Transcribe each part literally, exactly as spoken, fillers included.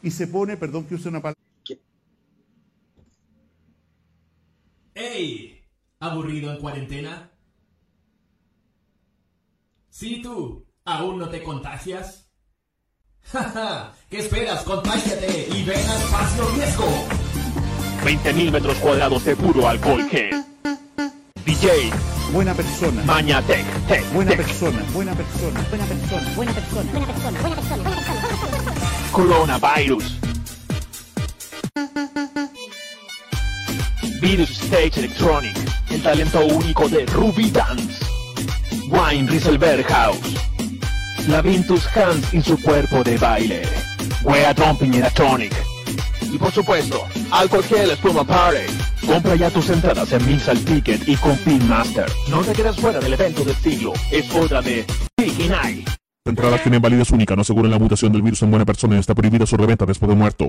y se pone, perdón que use una palabra... ¡Ey! ¿Aburrido en cuarentena? ¿Sí tú? ¿Aún no te contagias? ¡Ja, ¿Qué esperas? ¡Contágiate y ven a Espacio Riesgo! veinte mil metros cuadrados de puro alcohol gel. D J. Buena persona. Mañatec. Tech. Buena tech. persona. Buena persona. Buena persona, buena persona, buena persona, buena persona, buena persona. Coronavirus. Virus Stage Electronic. El talento único de Ruby Dance. Wine Rieselberg House. Lavintus Hans y su cuerpo de baile. Wea Trumping Electronic. Y por supuesto, Alcohol Gel Espuma Party. Compra ya tus entradas en Mixal Ticket y con Pinmaster. No te quedes fuera del evento del siglo. Es otra de Tiki Night. Entradas tienen validez única, no aseguran la mutación del virus en buena persona y está prohibida su reventa después de muerto.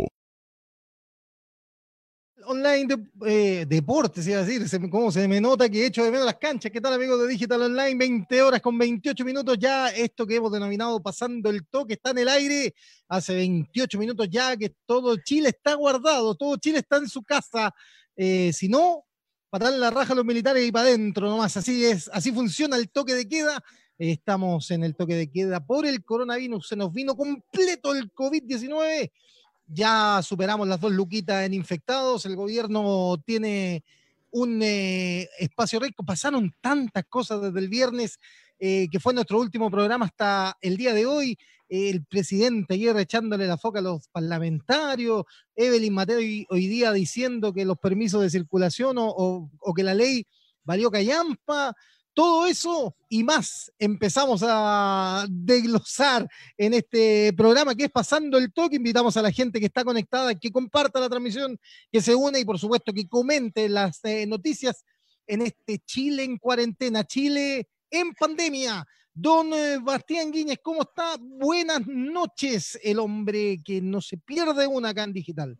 Online de, eh, deportes, iba a decir, se, cómo se me nota que he hecho de menos las canchas. ¿Qué tal, amigos de Digital Online? veinte horas con veintiocho minutos ya, esto que hemos denominado pasando el toque está en el aire hace veintiocho minutos ya, que todo Chile está guardado, todo Chile está en su casa, eh, si no, para darle la raja a los militares y para adentro nomás, así es, así funciona el toque de queda. Estamos en el toque de queda por el coronavirus, se nos vino completo el COVID diecinueve. Ya superamos las dos luquitas en infectados, el gobierno tiene un eh, espacio rico, pasaron tantas cosas desde el viernes, eh, que fue nuestro último programa hasta el día de hoy, eh, el presidente ayer echándole la foca a los parlamentarios, Evelyn Matei hoy día diciendo que los permisos de circulación o, o, o que la ley valió callampa. Todo eso y más empezamos a desglosar en este programa que es Pasando el Toque. Invitamos a la gente que está conectada, que comparta la transmisión, que se une y por supuesto que comente las eh, noticias en este Chile en cuarentena, Chile en pandemia. Don eh, Bastián Guiñez, ¿cómo está? Buenas noches, el hombre que no se pierde una acá en digital.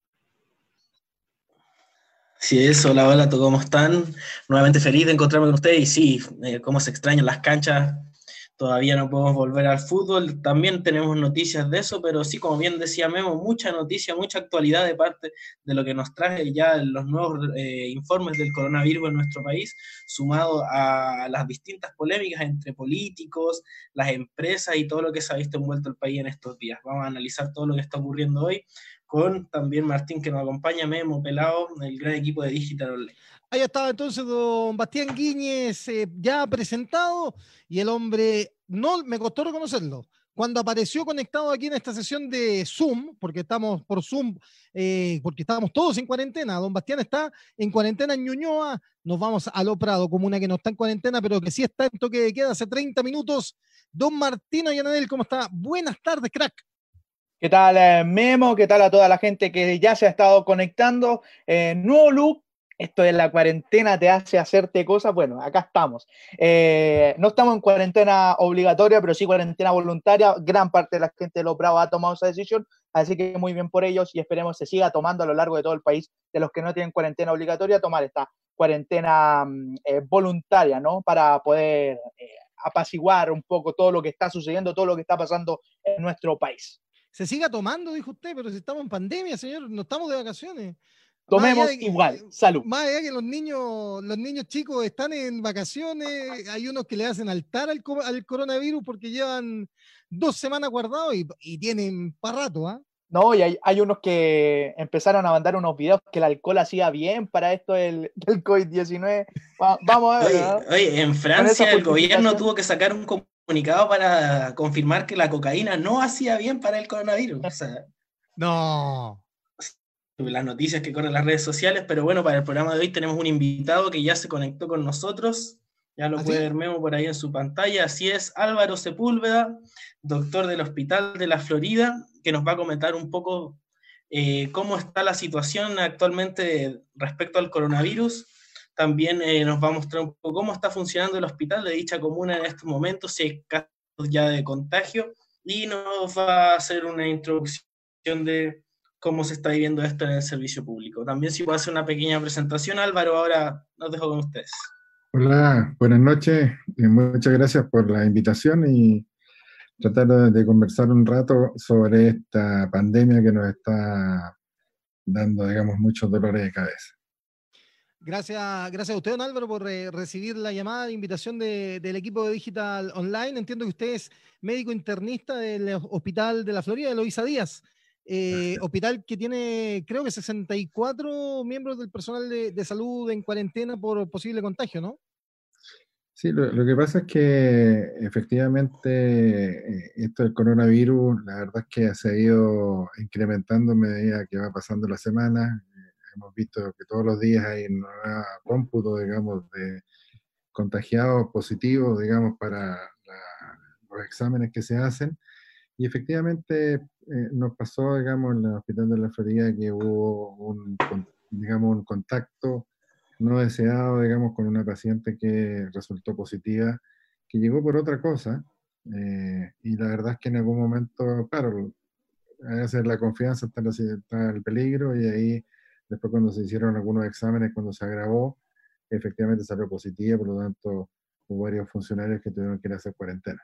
Sí, eso, hola, hola, ¿cómo están? Nuevamente feliz de encontrarme con ustedes y sí, eh, cómo se extrañan las canchas, todavía no podemos volver al fútbol, también tenemos noticias de eso, pero sí, como bien decía Memo, mucha noticia, mucha actualidad de parte de lo que nos trae ya los nuevos eh, informes del coronavirus en nuestro país, sumado a las distintas polémicas entre políticos, las empresas y todo lo que se ha visto envuelto el país en estos días. Vamos a analizar todo lo que está ocurriendo hoy, con también Martín que nos acompaña, Memo, Pelado, el gran equipo de Digital Online. Ahí estaba entonces don Bastián Guiñez eh, ya presentado y el hombre, no me costó reconocerlo, cuando apareció conectado aquí en esta sesión de Zoom, porque estamos por Zoom, eh, porque estábamos todos en cuarentena, don Bastián está en cuarentena en Ñuñoa, nos vamos a Lo Prado, comuna que no está en cuarentena, pero que sí está en toque de queda hace treinta minutos. Don Martino Yanadel, ¿cómo está? Buenas tardes, crack. ¿Qué tal, eh, Memo? ¿Qué tal a toda la gente que ya se ha estado conectando? Eh, nuevo look, esto de la cuarentena te hace hacerte cosas. Bueno, acá estamos. Eh, no estamos en cuarentena obligatoria, pero sí cuarentena voluntaria. Gran parte de la gente de Lo Prado ha tomado esa decisión, así que muy bien por ellos y esperemos se siga tomando a lo largo de todo el país, de los que no tienen cuarentena obligatoria, tomar esta cuarentena eh, voluntaria, ¿no? Para poder eh, apaciguar un poco todo lo que está sucediendo, todo lo que está pasando en nuestro país. Se siga tomando, dijo usted, pero si estamos en pandemia, señor, no estamos de vacaciones. Tomemos de, igual, salud. Más allá que los niños, los niños chicos están en vacaciones, hay unos que le hacen altar al, al coronavirus porque llevan dos semanas guardados y, y tienen para rato, ¿ah? ¿eh? No, y hay, hay unos que empezaron a mandar unos videos que el alcohol hacía bien para esto del, del COVID diecinueve. Va, vamos a ver. Oye, ¿no? oye, en Francia el gobierno tuvo que sacar un comunicado para confirmar que la cocaína no hacía bien para el coronavirus. O sea, no. Las noticias que corren en las redes sociales, pero bueno, para el programa de hoy tenemos un invitado que ya se conectó con nosotros. Ya lo ¿Ah, puede sí? ver Memo por ahí en su pantalla. Así es, Álvaro Sepúlveda, doctor del Hospital de la Florida, que nos va a comentar un poco eh, cómo está la situación actualmente respecto al coronavirus. También eh, nos va a mostrar un poco cómo está funcionando el hospital de dicha comuna en estos momentos, si hay casos ya de contagio, y nos va a hacer una introducción de cómo se está viviendo esto en el servicio público. También si puedo hacer una pequeña presentación, Álvaro, ahora los dejo con ustedes. Hola, buenas noches, y muchas gracias por la invitación y tratar de, de conversar un rato sobre esta pandemia que nos está dando, digamos, muchos dolores de cabeza. Gracias, gracias a usted, don Álvaro, por eh, recibir la llamada de invitación de, del equipo de Digital Online. Entiendo que usted es médico internista del Hospital de la Florida, de Loíza Díaz. Eh, hospital que tiene, creo que sesenta y cuatro miembros del personal de, de salud en cuarentena por posible contagio, ¿no? Sí, lo, lo que pasa es que efectivamente eh, esto del coronavirus, la verdad es que se ha ido incrementando a medida que va pasando la semana. Eh, hemos visto que todos los días hay un nuevo cómputo, digamos, de contagiados positivos, digamos, para la- los exámenes que se hacen. Y efectivamente eh, nos pasó, digamos, en el Hospital de la Florida que hubo un, con- digamos, un contacto no deseado, digamos, con una paciente que resultó positiva, que llegó por otra cosa. Eh, y la verdad es que en algún momento, claro, a veces la confianza está, en la- está en el peligro y ahí, después cuando se hicieron algunos exámenes, cuando se agravó, efectivamente salió positiva, por lo tanto, hubo varios funcionarios que tuvieron que ir a hacer cuarentena.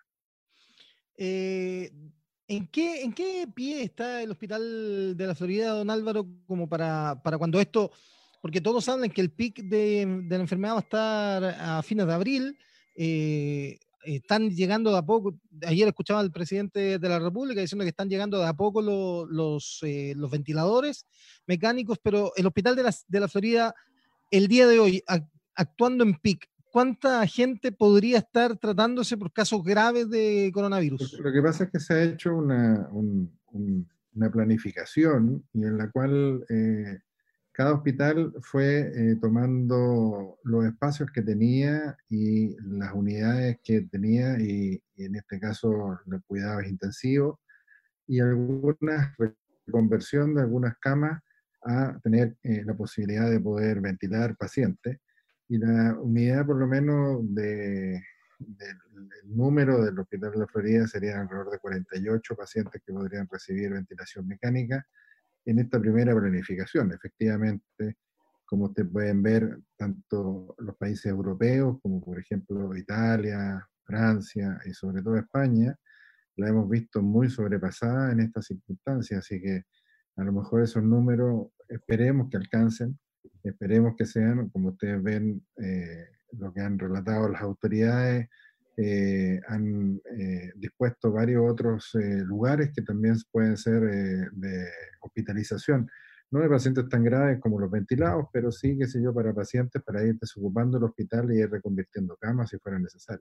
Eh, ¿en qué, ¿En qué pie está el Hospital de la Florida, don Álvaro, como para, para cuando esto, porque todos hablan que el pic de, de la enfermedad va a estar a fines de abril, eh, están llegando de a poco, ayer escuchaba al presidente de la República diciendo que están llegando de a poco lo- los, eh, los ventiladores mecánicos, pero el Hospital de la, de la Florida, el día de hoy, ac- actuando en pic, ¿cuánta gente podría estar tratándose por casos graves de Lo coronavirus? lo que pasa es que se ha hecho una, un- un- una planificación y en la cual eh, cada hospital fue eh, tomando los espacios que tenía y las unidades que tenía y, y en este caso los cuidados intensivos y alguna reconversión de algunas camas a tener eh, la posibilidad de poder ventilar pacientes. Y la unidad, por lo menos, de, del el número del Hospital de la Florida serían alrededor de cuarenta y ocho pacientes que podrían recibir ventilación mecánica en esta primera planificación. Efectivamente, como ustedes pueden ver, tanto los países europeos como por ejemplo Italia, Francia y sobre todo España, la hemos visto muy sobrepasada en estas circunstancias, así que a lo mejor esos números esperemos que alcancen, esperemos que sean, como ustedes ven, eh, lo que han relatado las autoridades, eh, han eh, dispuesto varios otros eh, lugares que también pueden ser eh, de hospitalización, no de pacientes tan graves como los ventilados, pero sí, qué sé yo, para pacientes, para ir desocupando el hospital y ir reconvirtiendo camas si fuera necesario.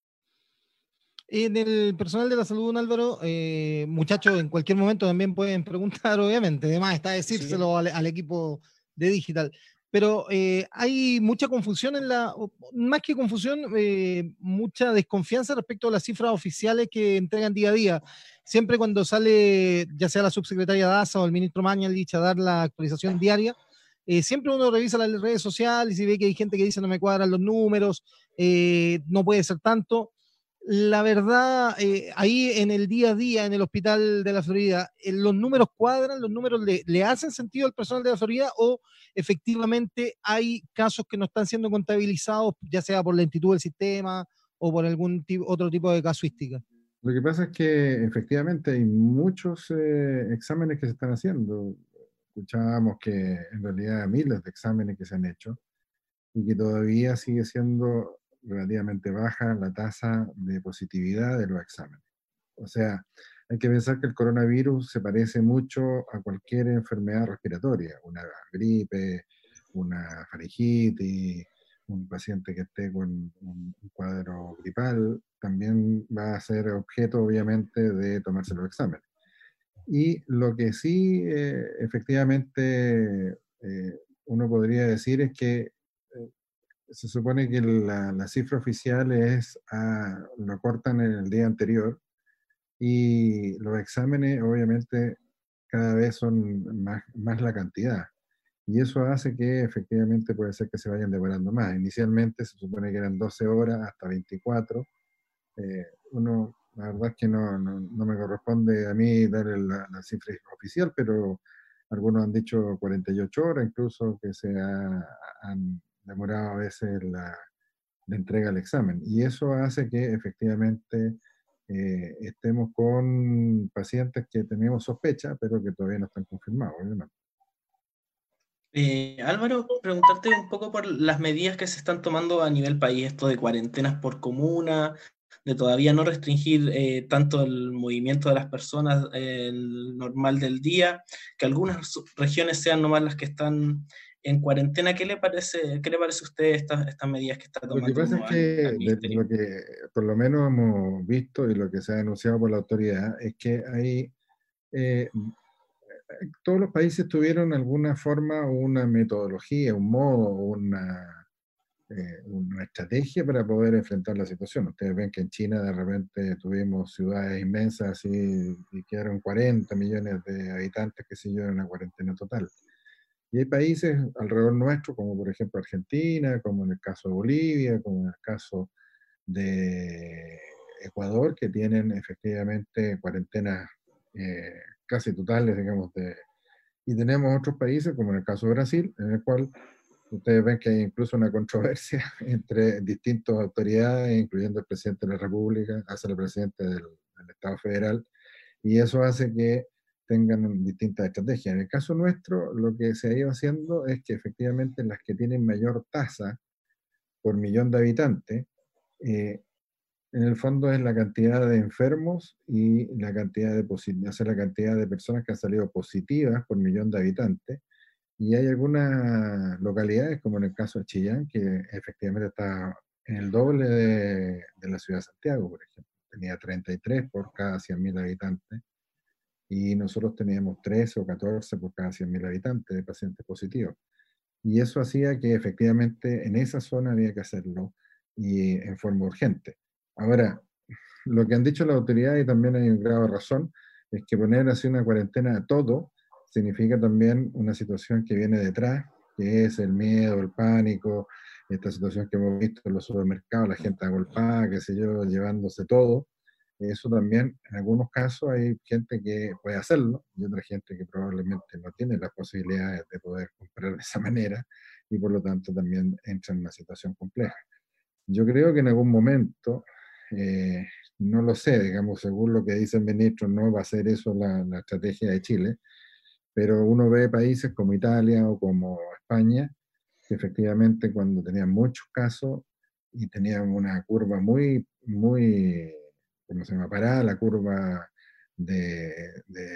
En el personal de la salud, don Álvaro, eh, muchachos, en cualquier momento también pueden preguntar, obviamente. Además, está Sí. decírselo al, al equipo de Digital. Pero eh, hay mucha confusión en la, o más que confusión, eh, mucha desconfianza respecto a las cifras oficiales que entregan día a día. Siempre cuando sale, ya sea la subsecretaria Daza o el ministro Mañalich a dar la actualización diaria, eh, siempre uno revisa las redes sociales y ve que hay gente que dice no me cuadran los números, eh, no puede ser tanto. La verdad, eh, ahí en el día a día en el Hospital de la Florida, eh, ¿los números cuadran? ¿Los números le, le hacen sentido al personal de la Florida o efectivamente hay casos que no están siendo contabilizados, ya sea por lentitud del sistema o por algún tipo, otro tipo de casuística? Lo que pasa es que efectivamente hay muchos eh, exámenes que se están haciendo. Escuchábamos que en realidad miles de exámenes que se han hecho y que todavía sigue siendo relativamente baja la tasa de positividad de los exámenes. O sea, hay que pensar que el coronavirus se parece mucho a cualquier enfermedad respiratoria, una gripe, una faringitis, un paciente que esté con un cuadro gripal, también va a ser objeto, obviamente, de tomarse los exámenes. Y lo que sí, eh, efectivamente, eh, uno podría decir es que eh, se supone que la, la cifra oficial es, ah, lo cortan en el día anterior, y los exámenes, obviamente, cada vez son más, más la cantidad. Y eso hace que efectivamente puede ser que se vayan demorando más. Inicialmente se supone que eran doce horas hasta veinticuatro. Eh, uno, la verdad es que no, no, no me corresponde a mí dar la, la cifra oficial, pero algunos han dicho cuarenta y ocho horas, incluso que se ha, han demorado a veces la, la entrega del examen. Y eso hace que efectivamente eh, estemos con pacientes que tenemos sospecha, pero que todavía no están confirmados, obviamente. Eh, Álvaro, preguntarte un poco por las medidas que se están tomando a nivel país, esto de cuarentenas por comuna, de todavía no restringir eh, tanto el movimiento de las personas, eh, el normal del día, que algunas regiones sean nomás las que están en cuarentena. ¿Qué le parece, qué le parece a usted estas, estas medidas que está tomando? Lo que pasa es que, al, al de, lo que por lo menos hemos visto y lo que se ha anunciado por la autoridad es que hay... Eh, todos los países tuvieron alguna forma, una metodología, un modo, una, eh, una estrategia para poder enfrentar la situación. Ustedes ven que en China de repente tuvimos ciudades inmensas y, y quedaron cuarenta millones de habitantes, que sé yo, en una cuarentena total. Y hay países alrededor nuestro, como por ejemplo Argentina, como en el caso de Bolivia, como en el caso de Ecuador, que tienen efectivamente cuarentenas eh, casi totales, digamos, de, y tenemos otros países, como en el caso de Brasil, en el cual ustedes ven que hay incluso una controversia entre distintas autoridades, incluyendo el presidente de la República, hacia el presidente del, del Estado Federal, y eso hace que tengan distintas estrategias. En el caso nuestro, lo que se ha ido haciendo es que efectivamente las que tienen mayor tasa por millón de habitantes, eh, en el fondo es la cantidad de enfermos y la cantidad de, o sea, la cantidad de personas que han salido positivas por millón de habitantes. Y hay algunas localidades, como en el caso de Chillán, que efectivamente está en el doble de, de la ciudad de Santiago, por ejemplo. Tenía treinta y tres por cada cien mil habitantes, y nosotros teníamos trece o catorce por cada cien mil habitantes de pacientes positivos. Y eso hacía que efectivamente en esa zona había que hacerlo y en forma urgente. Ahora, lo que han dicho las autoridades, y también hay un grado de razón, es que poner así una cuarentena a todo significa también una situación que viene detrás, que es el miedo, el pánico, esta situación que hemos visto en los supermercados, la gente agolpada, qué sé yo, llevándose todo. Eso también, en algunos casos, hay gente que puede hacerlo y otra gente que probablemente no tiene las posibilidades de poder comprar de esa manera y por lo tanto también entra en una situación compleja. Yo creo que en algún momento, eh, no lo sé, digamos, según lo que dice el ministro, no va a ser eso la, la estrategia de Chile, pero uno ve países como Italia o como España, que efectivamente cuando tenían muchos casos y tenían una curva muy, muy, ¿cómo se llama? Parada, la curva de, de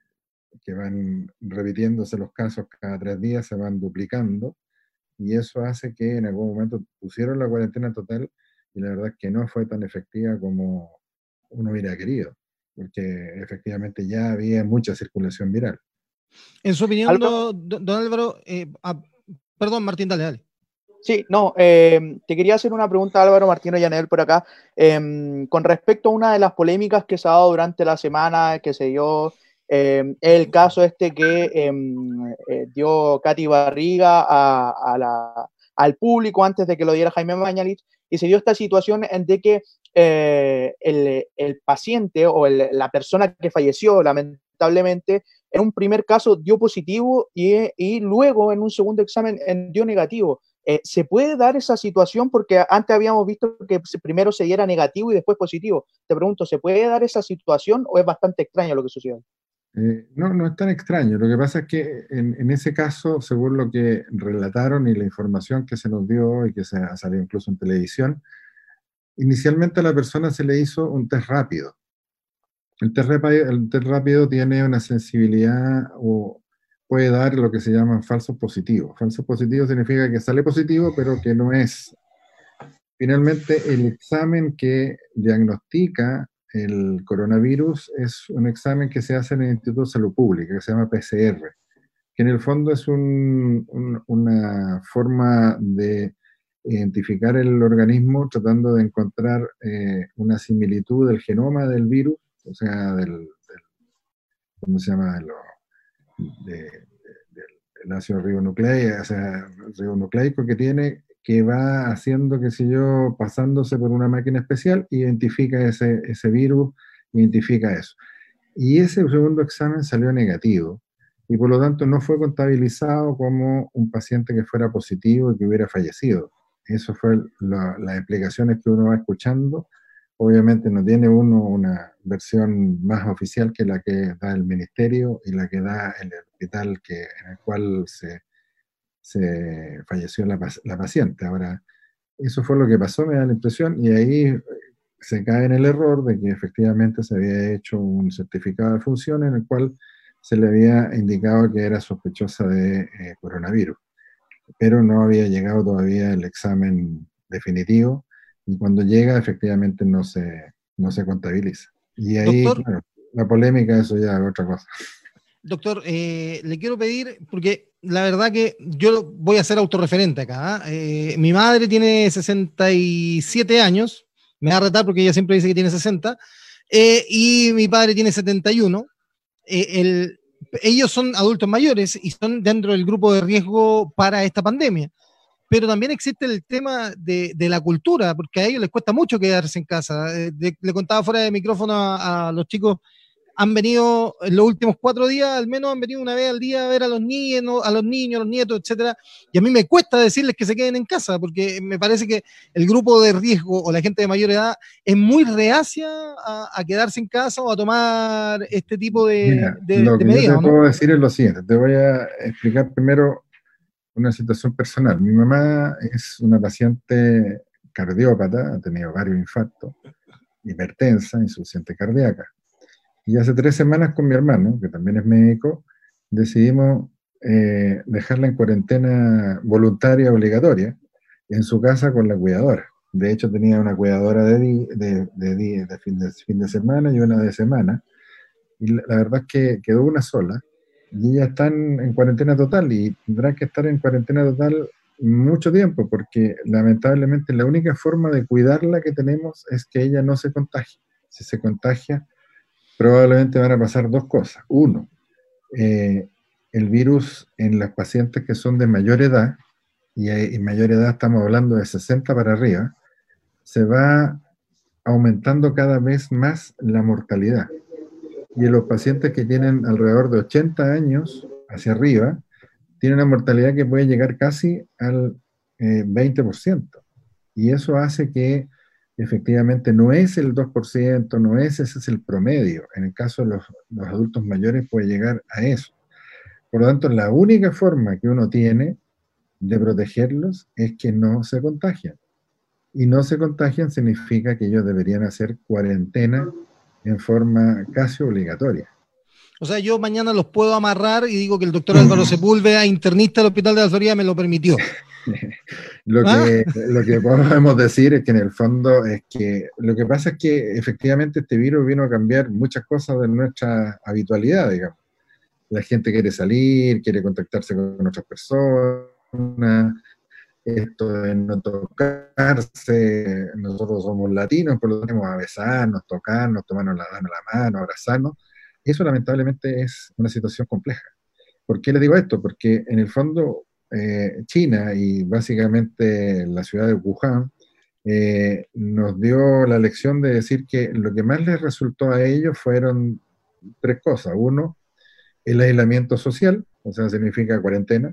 que van repitiéndose los casos cada tres días, se van duplicando, y eso hace que en algún momento pusieron la cuarentena total y la verdad es que no fue tan efectiva como uno hubiera querido, porque efectivamente ya había mucha circulación viral. En su opinión, Álvaro, don, don Álvaro, eh, ah, perdón, Martín, dale, dale. Sí, no, eh, te quería hacer una pregunta, Álvaro, Martino Yanel por acá, eh, con respecto a una de las polémicas que se ha dado durante la semana, que se dio eh, el caso este que eh, eh, dio Katy Barriga a, a la, al público antes de que lo diera Jaime Mañalich, y se dio esta situación en de que eh, el, el paciente o el, la persona que falleció, lamentablemente, en un primer caso dio positivo y, y luego en un segundo examen dio negativo. Eh, ¿Se puede dar esa situación? Porque antes habíamos visto que primero se diera negativo y después positivo. Te pregunto, ¿se puede dar esa situación o es bastante extraño lo que sucedió? Eh, no, no es tan extraño. Lo que pasa es que en, en ese caso, según lo que relataron y la información que se nos dio y que se ha salido incluso en televisión, inicialmente a la persona se le hizo un test rápido. El test rápido, el test rápido tiene una sensibilidad o puede dar lo que se llaman falsos positivos. Falsos positivos significa que sale positivo, pero que no es. Finalmente, el examen que diagnostica el coronavirus es un examen que se hace en el Instituto de Salud Pública, que se llama P C R, que en el fondo es un, un, una forma de identificar el organismo tratando de encontrar eh, una similitud del genoma del virus, o sea, del, del ¿cómo se llama? De lo, de, de, del ácido ribonucleico, o sea, ribonucleico que tiene, que va haciendo, qué sé yo, pasándose por una máquina especial, identifica ese, ese virus, identifica eso. Y ese segundo examen salió negativo, y por lo tanto no fue contabilizado como un paciente que fuera positivo y que hubiera fallecido. Eso fue la, las explicaciones que uno va escuchando Obviamente no tiene uno una versión más oficial que la que da el ministerio y la que da el hospital que, en el cual se, se falleció la, la paciente. Ahora, eso fue lo que pasó, me da la impresión, y ahí se cae en el error de que efectivamente se había hecho un certificado de función en el cual se le había indicado que era sospechosa de eh, coronavirus, pero no había llegado todavía el examen definitivo, y cuando llega efectivamente no se, no se contabiliza. Y ahí, Doctor, claro, la polémica, eso ya es otra cosa. Doctor, eh, le quiero pedir, porque la verdad que yo voy a ser autorreferente acá. ¿eh? Eh, mi madre tiene sesenta y siete años, me va a retar porque ella siempre dice que tiene sesenta, eh, y mi padre tiene setenta y uno. Eh, el, ellos son adultos mayores y son dentro del grupo de riesgo para esta pandemia. Pero también existe el tema de, de la cultura, porque a ellos les cuesta mucho quedarse en casa. Eh, de, le contaba fuera de micrófono a, a los chicos, han venido en los últimos cuatro días, al menos han venido una vez al día a ver a los niños, a los niños, a los nietos, etcétera. Y a mí me cuesta decirles que se queden en casa, porque me parece que el grupo de riesgo o la gente de mayor edad es muy reacia a, a quedarse en casa o a tomar este tipo de, Mira, de, lo de que medidas, yo te ¿no? puedo decir es lo siguiente. Te voy a explicar primero una situación personal. Mi mamá es una paciente cardiópata, ha tenido varios infartos, hipertensa, insuficiente cardíaca. Y hace tres semanas con mi hermano, que también es médico, decidimos eh, dejarla en cuarentena voluntaria obligatoria en su casa con la cuidadora. De hecho, tenía una cuidadora de, di, de, de, de, de, fin de fin de semana y una de semana. Y la, la verdad es que quedó una sola. Y ellas están en cuarentena total y tendrán que estar en cuarentena total mucho tiempo, porque lamentablemente la única forma de cuidarla que tenemos es que ella no se contagie. Si se contagia, probablemente van a pasar dos cosas. Uno, eh, el virus en las pacientes que son de mayor edad, y en mayor edad estamos hablando de sesenta para arriba, se va aumentando cada vez más la mortalidad. Y en los pacientes que tienen alrededor de ochenta años hacia arriba, tienen una mortalidad que puede llegar casi al eh, veinte por ciento. Y eso hace que efectivamente no es el dos por ciento, no es, ese es el promedio. En el caso de los, los adultos mayores puede llegar a eso. Por lo tanto, la única forma que uno tiene de protegerlos es que no se contagian. Y no se contagian significa que ellos deberían hacer cuarentena en forma casi obligatoria. O sea, yo mañana los puedo amarrar y digo que el doctor Álvaro Sepúlveda, internista del Hospital de la Florida, me lo permitió. Lo que, ¿Ah? lo que podemos decir es que en el fondo es que lo que pasa es que efectivamente este virus vino a cambiar muchas cosas de nuestra habitualidad, digamos. La gente quiere salir, quiere contactarse con otras personas, esto de no tocarse, nosotros somos latinos, por lo tanto tenemos a besarnos, tocarnos, tomarnos la, darnos la mano, abrazarnos. Eso lamentablemente es una situación compleja. ¿Por qué les digo esto? Porque en el fondo eh, China y básicamente la ciudad de Wuhan eh, nos dio la lección de decir que lo que más les resultó a ellos fueron tres cosas. Uno, el aislamiento social, o sea, significa cuarentena.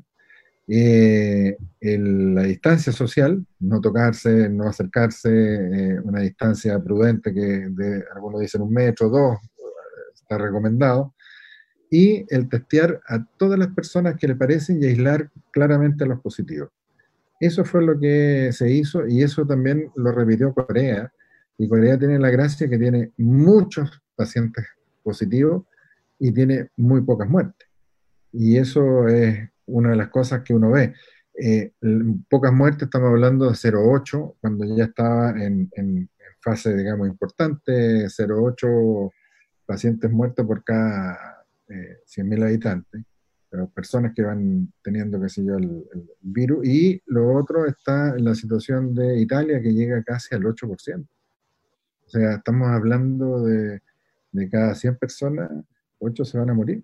Eh, el, la distancia social, no tocarse, no acercarse, eh, una distancia prudente que de, algunos dicen un metro, dos, está recomendado, y el testear a todas las personas que le parecen y aislar claramente a los positivos. Eso fue lo que se hizo y eso también lo repitió Corea, y Corea tiene la gracia que tiene muchos pacientes positivos y tiene muy pocas muertes. Y eso es una de las cosas que uno ve. Eh, pocas muertes, estamos hablando de cero coma ocho, cuando ya estaba en, en, en fase, digamos, importante, cero coma ocho pacientes muertos por cada eh, cien mil habitantes, pero personas que van teniendo, qué sé yo, el, el virus. Y lo otro está en la situación de Italia, que llega casi al ocho por ciento. O sea, estamos hablando de, de cada cien personas, ocho se van a morir.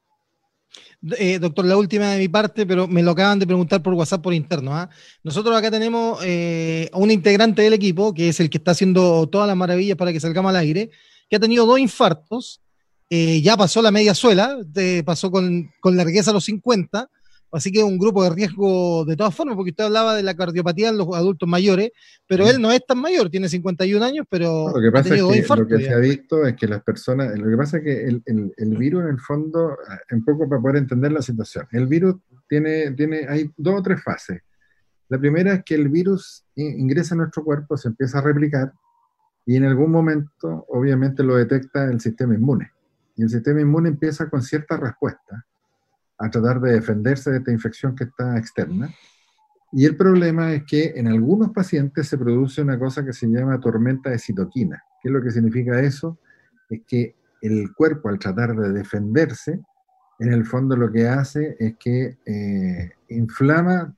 Eh, doctor, la última de mi parte, pero me lo acaban de preguntar por WhatsApp por interno. ¿eh? Nosotros acá tenemos eh, a un integrante del equipo, que es el que está haciendo todas las maravillas para que salgamos al aire, que ha tenido dos infartos, eh, ya pasó la media suela, de, pasó con, con largueza a los cincuenta, así que es un grupo de riesgo de todas formas, porque usted hablaba de la cardiopatía en los adultos mayores, pero él no es tan mayor, tiene cincuenta y un años, pero No, lo que ha pasa es tenido dos que lo infartos que se ya. ha visto es que las personas, lo que pasa es que el, el- el virus en el fondo, eh, un poco para poder entender la situación, el virus tiene, tiene, hay dos o tres fases. La primera es que el virus i- ingresa a nuestro cuerpo, se empieza a replicar y en algún momento obviamente lo detecta el sistema inmune. Y el sistema inmune empieza con cierta respuesta a tratar de defenderse de esta infección que está externa. Y el problema es que en algunos pacientes se produce una cosa que se llama tormenta de citoquina. ¿Qué es lo que significa eso? Es que el cuerpo, al tratar de defenderse, en el fondo lo que hace es que eh, inflama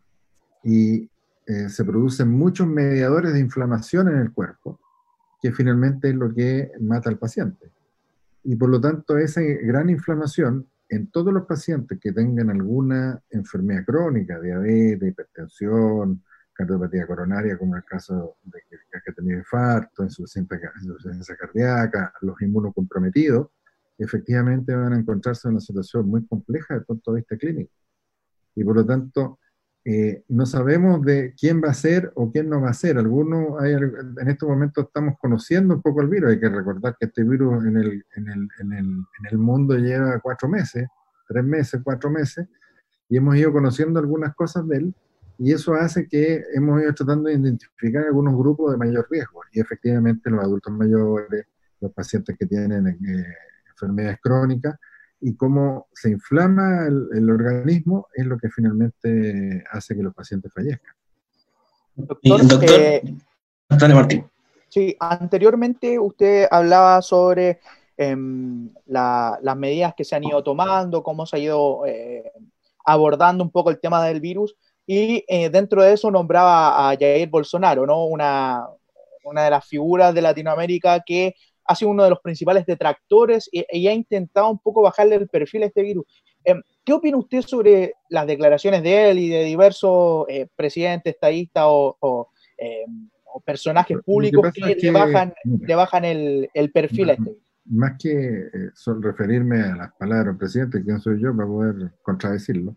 y eh, se producen muchos mediadores de inflamación en el cuerpo, que finalmente es lo que mata al paciente. Y por lo tanto, esa gran inflamación en todos los pacientes que tengan alguna enfermedad crónica, diabetes, hipertensión, cardiopatía coronaria, como en el caso de que, que ha tenido infarto, insuficiencia, insuficiencia cardíaca, los inmunocomprometidos, efectivamente van a encontrarse en una situación muy compleja desde el punto de vista clínico. Y por lo tanto, eh, no sabemos de quién va a ser o quién no va a ser. Algunos, hay, en estos momentos estamos conociendo un poco el virus. Hay que recordar que este virus en el, en el, en el, en el mundo lleva cuatro meses, tres meses, cuatro meses, y hemos ido conociendo algunas cosas de él, y eso hace que hemos ido tratando de identificar algunos grupos de mayor riesgo, y efectivamente los adultos mayores, los pacientes que tienen eh, enfermedades crónicas, y cómo se inflama el, el organismo es lo que finalmente hace que los pacientes fallezcan. Doctor, doctor eh, dale, Martín. Sí, anteriormente usted hablaba sobre eh, la, las medidas que se han ido tomando, cómo se ha ido eh, abordando un poco el tema del virus, y eh, dentro de eso nombraba a Jair Bolsonaro, ¿no? Una, una de las figuras de Latinoamérica que ha sido uno de los principales detractores y, y ha intentado un poco bajarle el perfil a este virus. Eh, ¿Qué opina usted sobre las declaraciones de él y de diversos eh, presidentes, estadistas o, o, eh, o personajes públicos que, que, le bajan, mira, le bajan el, el perfil más, a este virus? Más que eh, solo referirme a las palabras, presidente, ¿quién soy yo para poder contradecirlo?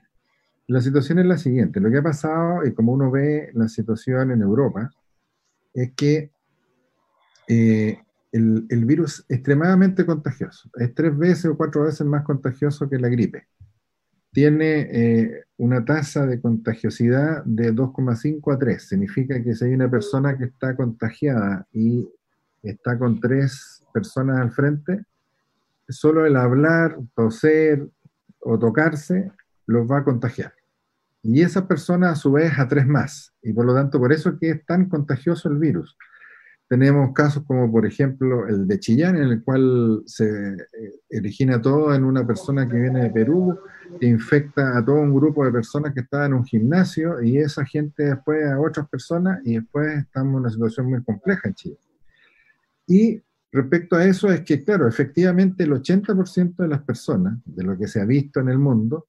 La situación es la siguiente. Lo que ha pasado, y como uno ve la situación en Europa, es que eh, el, el virus es extremadamente contagioso. Es tres veces o cuatro veces más contagioso que la gripe. Tiene eh, una tasa de contagiosidad de dos coma cinco a tres. Significa que si hay una persona que está contagiada y está con tres personas al frente, solo el hablar, toser o tocarse los va a contagiar. Y esas personas a su vez a tres más. Y por lo tanto, por eso es que es tan contagioso el virus. Tenemos casos como, por ejemplo, el de Chillán, en el cual se origina todo en una persona que viene de Perú, que infecta a todo un grupo de personas que estaban en un gimnasio, y esa gente después a otras personas, y después estamos en una situación muy compleja en Chile. Y respecto a eso es que, claro, efectivamente el ochenta por ciento de las personas, de lo que se ha visto en el mundo,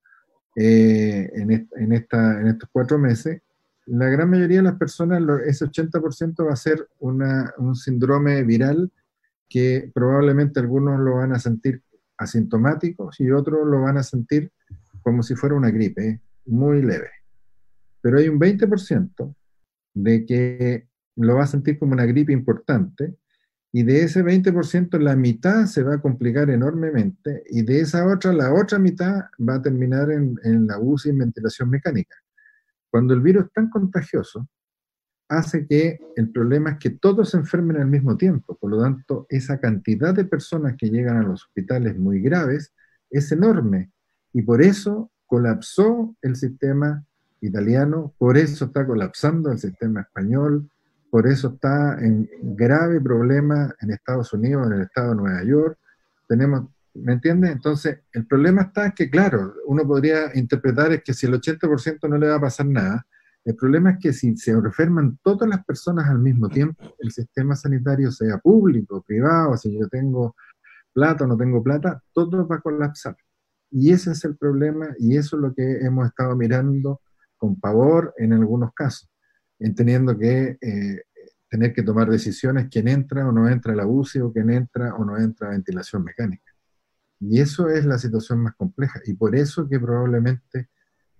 eh, en, est en, esta, en estos cuatro meses, la gran mayoría de las personas, ese ochenta por ciento va a ser una, un síndrome viral que probablemente algunos lo van a sentir asintomáticos y otros lo van a sentir como si fuera una gripe, ¿eh? Muy leve. Pero hay un veinte por ciento de que lo va a sentir como una gripe importante, y de ese veinte por ciento la mitad se va a complicar enormemente, y de esa otra, la otra mitad va a terminar en, en la U C I en ventilación mecánica. Cuando el virus es tan contagioso, hace que el problema es que todos se enfermen al mismo tiempo. Por lo tanto, esa cantidad de personas que llegan a los hospitales muy graves es enorme. Y por eso colapsó el sistema italiano, por eso está colapsando el sistema español, por eso está en grave problema en Estados Unidos, en el estado de Nueva York. Tenemos... ¿Me entiendes? Entonces, el problema está que, claro, uno podría interpretar es que si el ochenta por ciento no le va a pasar nada, el problema es que si se enferman todas las personas al mismo tiempo, el sistema sanitario, sea público, privado, si yo tengo plata o no tengo plata, todo va a colapsar. Y ese es el problema, y eso es lo que hemos estado mirando con pavor en algunos casos, entendiendo que eh, tener que tomar decisiones, quién entra o no entra a la U C I, o quién entra o no entra a ventilación mecánica. Y eso es la situación más compleja, y por eso que probablemente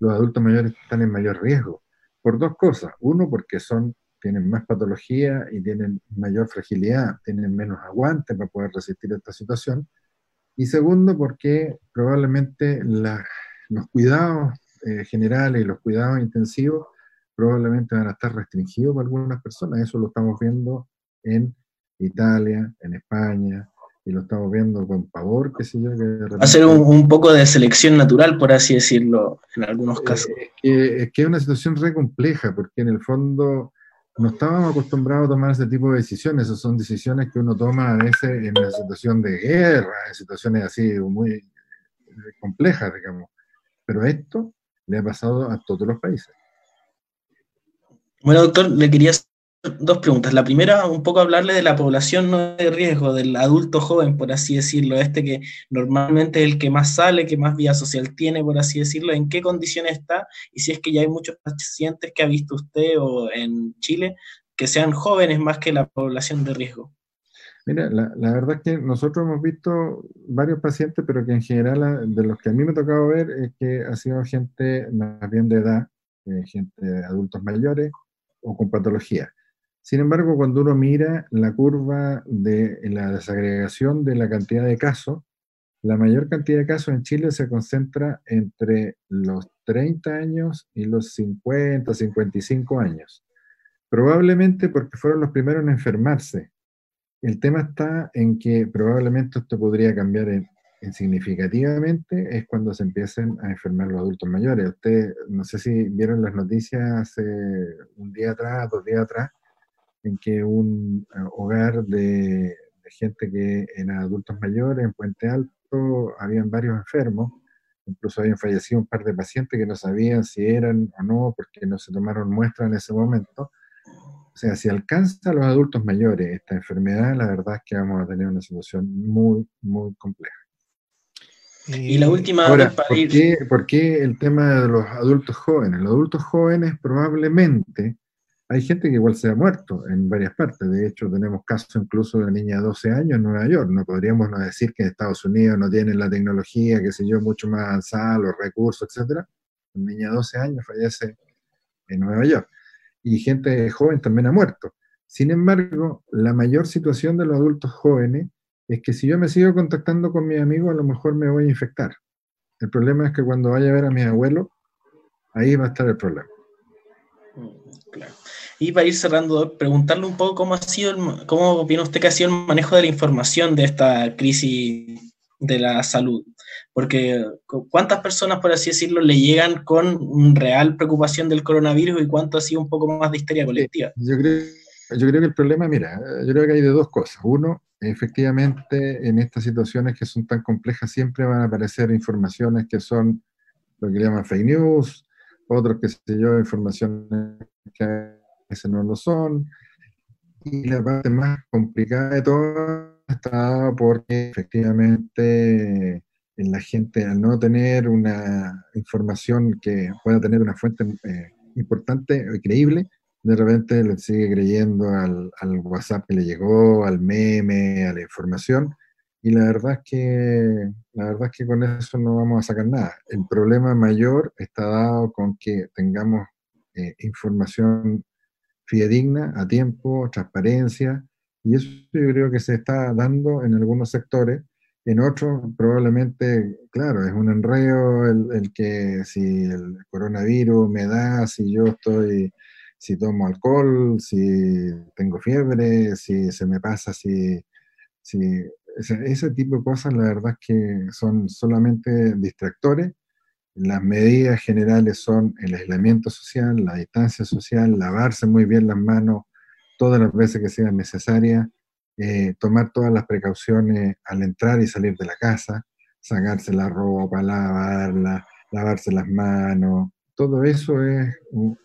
los adultos mayores están en mayor riesgo, por dos cosas. Uno, porque son, tienen más patología y tienen mayor fragilidad, tienen menos aguante para poder resistir esta situación. Y segundo, porque probablemente la, los cuidados eh, generales y los cuidados intensivos probablemente van a estar restringidos para algunas personas. Eso lo estamos viendo en Italia, en España, y lo estamos viendo con pavor, qué sé yo. Que de repente... Hacer un, un poco de selección natural, por así decirlo, en algunos casos. Eh, es, que, es que es una situación re compleja, porque en el fondo no estábamos acostumbrados a tomar ese tipo de decisiones. Esas son decisiones que uno toma a veces en una situación de guerra, en situaciones así muy complejas, digamos. Pero esto le ha pasado a todos los países. Bueno, doctor, le quería hacer dos preguntas. La primera, un poco hablarle de la población no de riesgo, del adulto joven, por así decirlo, este que normalmente es el que más sale, que más vida social tiene, por así decirlo. ¿En qué condiciones está? Y si es que ya hay muchos pacientes que ha visto usted o en Chile que sean jóvenes más que la población de riesgo. Mira, la, la verdad es que nosotros hemos visto varios pacientes, pero que en general, de los que a mí me ha tocado ver, es que ha sido gente más bien de edad, eh, gente adultos mayores o con patología. Sin embargo, cuando uno mira la curva de la desagregación de la cantidad de casos, la mayor cantidad de casos en Chile se concentra entre los treinta años y los cincuenta, cincuenta y cinco años. Probablemente porque fueron los primeros en enfermarse. El tema está en que probablemente esto podría cambiar en, en significativamente, es cuando se empiecen a enfermar los adultos mayores. Ustedes, no sé si vieron las noticias hace un día atrás, dos días atrás, en que un uh, hogar de, de gente que eran adultos mayores en Puente Alto, habían varios enfermos, incluso habían fallecido un par de pacientes que no sabían si eran o no, porque no se tomaron muestras en ese momento. O sea, si alcanza a los adultos mayores esta enfermedad, la verdad es que vamos a tener una situación muy, muy compleja. Y la última... Ahora, ¿por qué, ¿por qué el tema de los adultos jóvenes? Los adultos jóvenes probablemente... Hay gente que igual se ha muerto en varias partes. De hecho, tenemos casos incluso de una niña de doce años en Nueva York. No podríamos no decir que en Estados Unidos no tienen la tecnología, qué sé yo, mucho más avanzada, los recursos, etcétera. Una niña de doce años fallece en Nueva York. Y gente joven también ha muerto. Sin embargo, la mayor situación de los adultos jóvenes es que si yo me sigo contactando con mis amigos, a lo mejor me voy a infectar. El problema es que cuando vaya a ver a mis abuelos, ahí va a estar el problema. Claro. Y para ir cerrando, preguntarle un poco cómo ha sido, el, cómo opina usted que ha sido el manejo de la información de esta crisis de la salud, porque cuántas personas, por así decirlo, le llegan con una real preocupación del coronavirus y cuánto ha sido un poco más de histeria colectiva. Yo creo, yo creo que el problema, mira, yo creo que hay de dos cosas. Uno, efectivamente, en estas situaciones que son tan complejas siempre van a aparecer informaciones que son lo que le llaman fake news, otros, que sé yo, informaciones que a veces no lo son. Y la parte más complicada de todo está porque efectivamente en la gente, al no tener una información que pueda tener una fuente eh, importante y creíble, de repente le sigue creyendo al, al WhatsApp que le llegó, al meme, a la información, y la verdad es que la verdad es que con eso no vamos a sacar nada. El problema mayor está dado con que tengamos eh, información fidedigna, a tiempo, transparencia, y eso yo creo que se está dando en algunos sectores. En otros probablemente, claro, es un enredo el, el que si el coronavirus me da, si yo estoy, si tomo alcohol, si tengo fiebre, si se me pasa, si, si ese, ese tipo de cosas, la verdad es que son solamente distractores. Las medidas generales son el aislamiento social, la distancia social, lavarse muy bien las manos todas las veces que sean necesarias, eh, tomar todas las precauciones al entrar y salir de la casa, sacarse la ropa, lavarla, lavarse las manos. Todo eso es uh,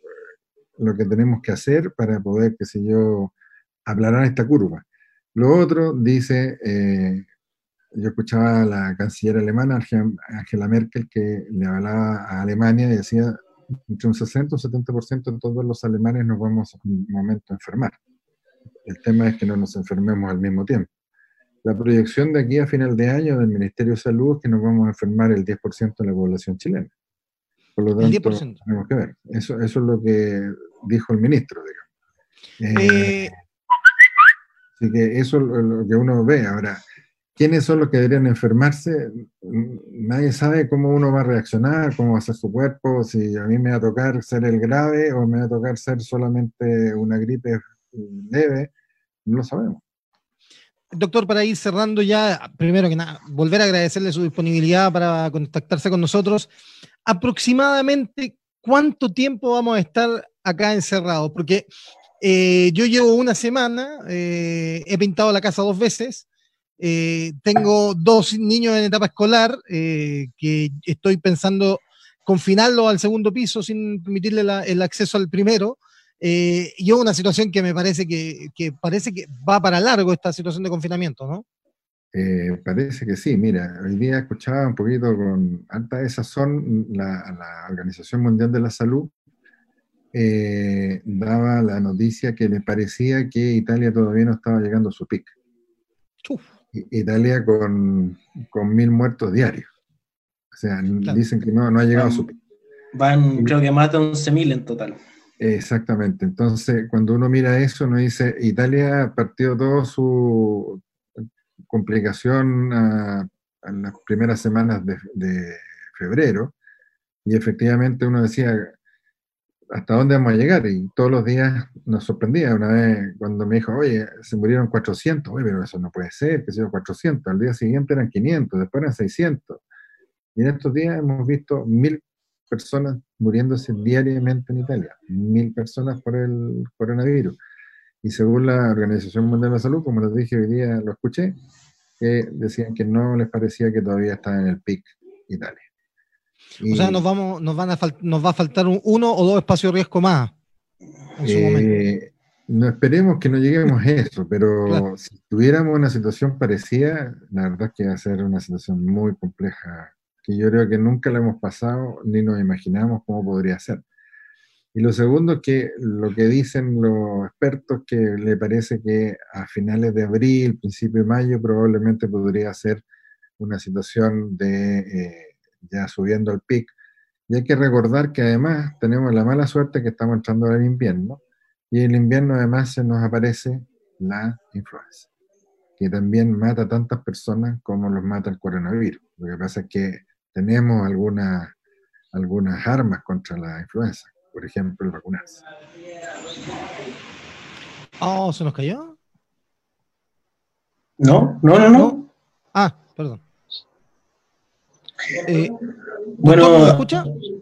lo que tenemos que hacer para poder, qué sé yo, aplanar esta curva. Lo otro, dice... Eh, yo escuchaba a la canciller alemana, Angela Merkel, que le hablaba a Alemania y decía, entre un sesenta y un setenta por ciento de todos los alemanes nos vamos a un momento a enfermar. El tema es que no nos enfermemos al mismo tiempo. La proyección de aquí a final de año del Ministerio de Salud es que nos vamos a enfermar el diez por ciento de la población chilena. Por lo El tanto, diez por ciento. tenemos que ver. Eso, eso es lo que dijo el ministro, digamos. Eh, Eh, así que eso es lo, lo que uno ve. Ahora, ¿quiénes son los que deberían enfermarse? Nadie sabe cómo uno va a reaccionar, cómo va a ser su cuerpo, si a mí me va a tocar ser el grave o me va a tocar ser solamente una gripe leve, no lo sabemos. Doctor, para ir cerrando ya, primero que nada, volver a agradecerle su disponibilidad para contactarse con nosotros. Aproximadamente, ¿cuánto tiempo vamos a estar acá encerrados? Porque eh, yo llevo una semana, eh, he pintado la casa dos veces, eh, tengo dos niños en etapa escolar eh, que estoy pensando confinarlos al segundo piso sin permitirle la, el acceso al primero. Eh, y es una situación que me parece que, que parece que va para largo esta situación de confinamiento, ¿no? Eh, parece que sí. Mira, hoy día escuchaba un poquito con alta desazón la, la Organización Mundial de la Salud eh, daba la noticia que le parecía que Italia todavía no estaba llegando a su pico. Italia con, con mil muertos diarios. O sea, claro. Dicen que no, no ha llegado van, a su pico. Van, creo que más de once mil en total. Exactamente. Entonces, cuando uno mira eso, uno dice, Italia partió toda su complicación a, a las primeras semanas de, de febrero, y efectivamente uno decía, ¿hasta dónde vamos a llegar? Y todos los días nos sorprendía. Una vez cuando me dijo, oye, se murieron cuatrocientos, oye, pero eso no puede ser, que se cuatrocientos, al día siguiente eran quinientos, después eran seiscientos. Y en estos días hemos visto mil personas muriéndose diariamente en Italia, mil personas por el coronavirus. Y según la Organización Mundial de la Salud, como les dije hoy día, lo escuché, que decían que no les parecía que todavía estaba en el pic Italia. Y, o sea, nos, vamos, nos, van a fal- nos va a faltar un, uno o dos espacios de riesgo más en su eh, momento. No esperemos que no lleguemos a eso, pero claro. Si tuviéramos una situación parecida, la verdad es que va a ser una situación muy compleja, que yo creo que nunca la hemos pasado ni nos imaginamos cómo podría ser. Y lo segundo es que lo que dicen los expertos, que le parece que a finales de abril, principio de mayo, probablemente podría ser una situación de eh, ya subiendo al pic. Y hay que recordar que además tenemos la mala suerte que estamos entrando al invierno, y en el invierno además se nos aparece la influenza, que también mata a tantas personas como los mata el coronavirus. Lo que pasa es que tenemos algunas, algunas armas contra la influenza, por ejemplo, el vacunarse. Oh, ¿se nos cayó? No, no, no, no. ¿No? Ah, perdón. Eh, bueno, ¿me escucha?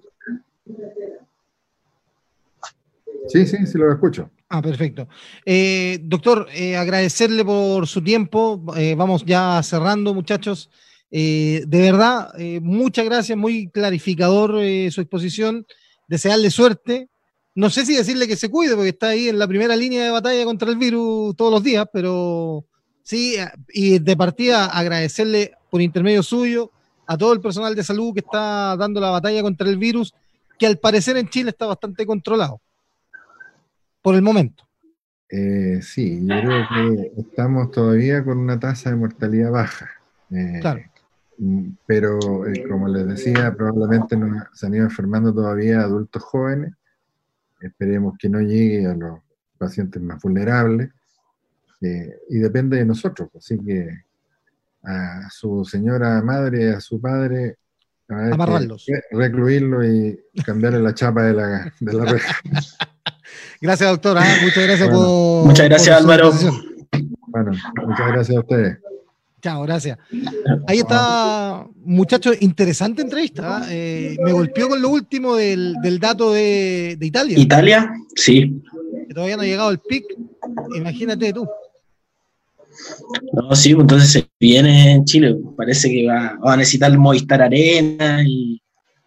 Sí, sí, sí lo escucho. Ah, perfecto. Eh, doctor, eh, agradecerle por su tiempo. Eh, vamos ya cerrando, muchachos. Eh, de verdad, eh, muchas gracias, muy clarificador eh, su exposición. Desearle suerte. No sé si decirle que se cuide, porque está ahí en la primera línea de batalla contra el virus todos los días, pero sí, y de partida agradecerle por intermedio suyo a todo el personal de salud que está dando la batalla contra el virus, que al parecer en Chile está bastante controlado, por el momento. Eh, sí, yo creo que estamos todavía con una tasa de mortalidad baja. Eh, claro. Pero, eh, como les decía, probablemente no, se han ido enfermando todavía adultos jóvenes. Esperemos que no llegue a los pacientes más vulnerables. Eh, y depende de nosotros. Así que a su señora madre, a su padre, a amarrarlos, recluirlo y cambiarle la chapa de la, de la reja. Gracias, doctor. ¿eh? Muchas gracias bueno, por. Muchas gracias, por Álvaro. Bueno, muchas gracias a ustedes. Chao, gracias. Ahí está, muchachos, interesante entrevista. ¿eh? Eh, me golpeó con lo último del, del dato de, de Italia. ¿Italia? Sí. Que todavía no ha llegado el pic. Imagínate tú. No, sí, pues entonces se viene en Chile. Parece que va, va a necesitar Movistar Arena y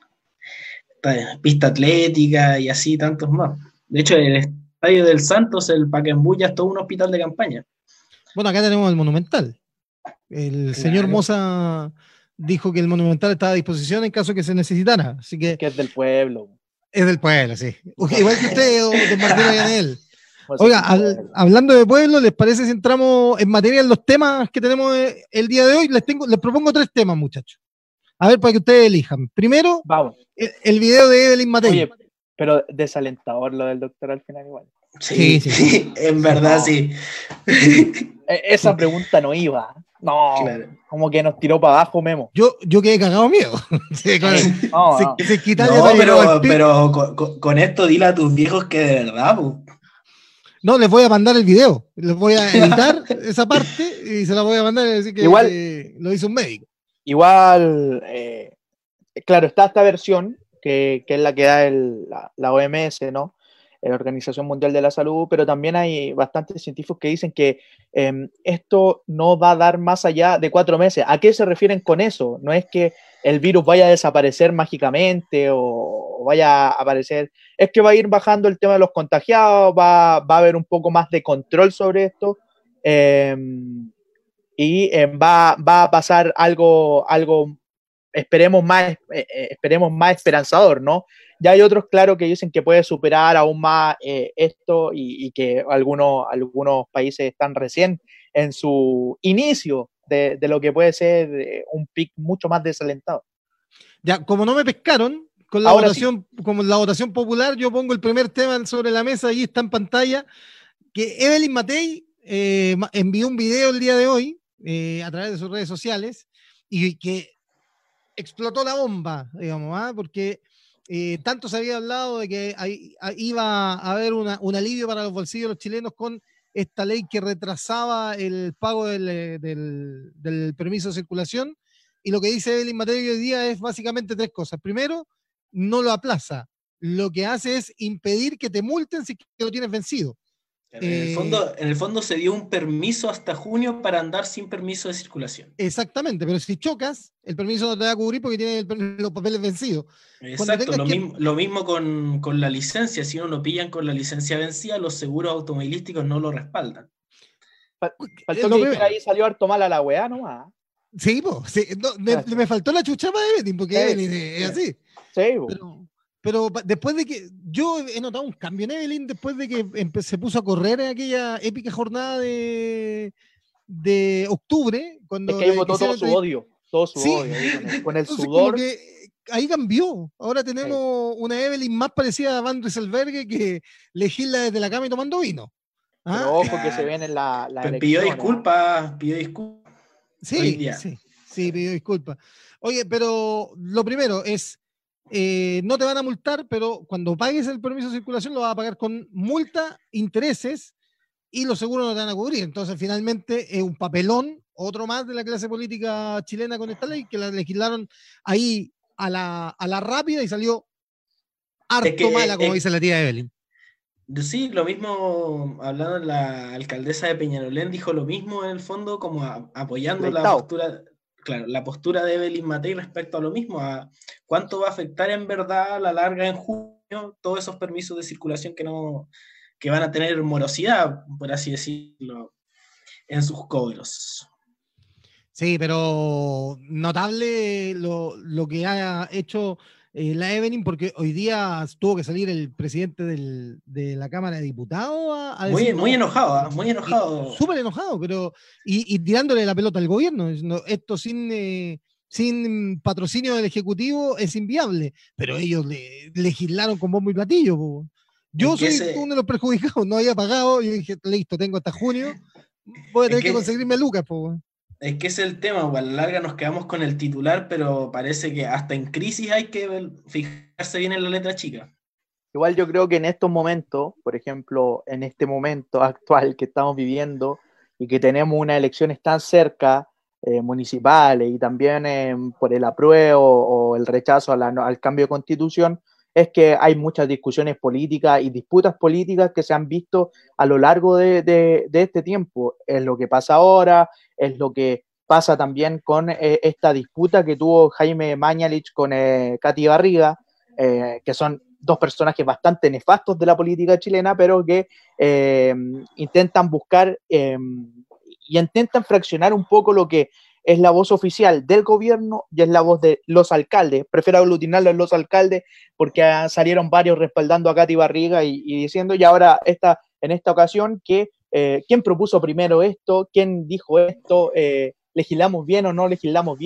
pista atlética y así tantos más. De hecho, el estadio del Santos, el Pacaembu, ya es todo un hospital de campaña. Bueno, acá tenemos el Monumental. El claro. señor Moza dijo que el Monumental estaba a disposición en caso que se necesitara. Así que, que es del pueblo. Es del pueblo, sí. Igual que usted, don Martín Ayanel. Oiga, al, hablando de pueblo, ¿les parece si entramos en materia en los temas que tenemos el día de hoy? Les, tengo, les propongo tres temas, muchachos. A ver, para que ustedes elijan. Primero, Vamos. el, el video de Evelyn Matei. Oye, pero desalentador lo del doctor al final igual. Sí, Sí, sí. sí, en verdad No. sí. E- Esa pregunta no iba. No, Claro. como que nos tiró para abajo, Memo. Yo, yo quedé cagado miedo. Sí, con- No, se- no. se quitaron No, el pero, rollo. pero con, con- con esto dile a tus viejos que de verdad, po. No, les voy a mandar el video. Les voy a editar esa parte y se la voy a mandar y decir que, Igual- que lo hizo un médico. Igual, eh, claro, está esta versión, que, que es la que da el- la, la O M S, ¿no? La Organización Mundial de la Salud, pero también hay bastantes científicos que dicen que eh, esto no va a dar más allá de cuatro meses. ¿A qué se refieren con eso? No es que el virus vaya a desaparecer mágicamente o, o vaya a aparecer, es que va a ir bajando el tema de los contagiados, va, va a haber un poco más de control sobre esto. eh, y eh, va, va a pasar algo, algo esperemos más, eh, eh, esperemos más esperanzador, ¿no? Ya hay otros, claro, que dicen que puede superar aún más eh, esto y, y que algunos, algunos países están recién en su inicio de, de lo que puede ser eh, un pic mucho más desalentado. Ya, como no me pescaron, con la Ahora votación, como la votación popular, yo pongo el primer tema sobre la mesa, ahí está en pantalla, que Evelyn Matei eh, ma- envió un video el día de hoy eh, a través de sus redes sociales y que explotó la bomba, digamos, ¿ah? Porque eh, tanto se había hablado de que hay- a- iba a haber una- un alivio para los bolsillos de los chilenos con esta ley que retrasaba el pago del, eh, del- del permiso de circulación. Y lo que dice Evelyn Matei hoy día es básicamente tres cosas. Primero, no lo aplaza. Lo que hace es impedir que te multen si que lo tienes vencido. En el, Eh, fondo, en el fondo se dio un permiso hasta junio para andar sin permiso de circulación. Exactamente, pero si chocas, el permiso no te va a cubrir porque tienes el per- los papeles vencidos. Exacto, tengas lo, que- mismo, lo mismo con, con la licencia. Si uno lo pillan con la licencia vencida, los seguros automovilísticos no lo respaldan. Fal- Eh, Faltó lo que primero- dijera ahí salió harto mal a la weá nomás. Sí, po, sí, no, me, Ah, sí. me faltó la chucha para Evelyn, porque Sí, Evelyn es, es así. Sí, bo. Pero, pero pa- después de que yo he notado un cambio en Evelyn después de que empe- se puso a correr en aquella épica jornada de, de octubre, cuando Es que ahí le botó todo quisieron su entrev- odio, todo su Sí. odio ahí con el, con el Entonces, como sudor. que ahí cambió. Ahora tenemos una Evelyn más parecida a Van Rieselberghe que legisla desde la cama y tomando vino. ¿Ah? Pero ojo que se ven en la, la Pues pidió elección, ¿ah? disculpas, pidió disculpas. hoy Sí, día. sí, sí, pido disculpas. Oye, pero lo primero es, eh, no te van a multar, pero cuando pagues el permiso de circulación lo vas a pagar con multa, intereses y los seguros no te van a cubrir. Entonces, finalmente, es un papelón, otro más de la clase política chilena con esta ley, que la legislaron ahí a la, a la rápida y salió harto que, mala, eh, como eh, dice la tía Evelyn. Sí, lo mismo, hablando la alcaldesa de Peñalolén, dijo lo mismo en el fondo, como a- apoyando la Leitao. postura, claro, la postura de Evelyn Matei respecto a lo mismo, a cuánto va a afectar en verdad a la larga en junio todos esos permisos de circulación que no, que van a tener morosidad, por así decirlo, en sus cobros. Sí, pero notable lo, lo que ha hecho eh, la Evelyn, porque hoy día tuvo que salir el presidente del- de la Cámara de Diputados a, a Muy, decir, muy no, enojado, ¿ah? muy enojado. súper enojado, pero y, y tirándole la pelota al gobierno. diciendo, esto sin, eh, sin patrocinio del Ejecutivo es inviable, pero ellos le, legislaron con bombo y platillo. Po. Yo Es que soy ese- uno de los perjudicados, no había pagado, yo dije, listo, tengo hasta junio, voy a Es tener que, que- conseguirme a Lucas. Po. Es que ese es el tema, pues, a la larga nos quedamos con el titular, pero parece que hasta en crisis hay que ver- fijarse bien en la letra chica. Igual yo creo que en estos momentos, por ejemplo, en este momento actual que estamos viviendo y que tenemos unas elecciones tan cerca, eh, municipales y también eh, por el apruebo o el rechazo a la- al cambio de constitución, es que hay muchas discusiones políticas y disputas políticas que se han visto a lo largo de, de- de este tiempo. Es lo que pasa ahora, es lo que pasa también con eh, esta disputa que tuvo Jaime Mañalich con eh, Katy Barriga, eh, que son dos personajes bastante nefastos de la política chilena, pero que eh, intentan buscar eh, y intentan fraccionar un poco lo que es la voz oficial del gobierno y es la voz de los alcaldes. Prefiero aglutinarlo en los alcaldes porque ah, salieron varios respaldando a Katy Barriga y, y diciendo, y ahora esta, en esta ocasión, que eh, quién propuso primero esto, quién dijo esto, eh, legislamos bien o no legislamos bien,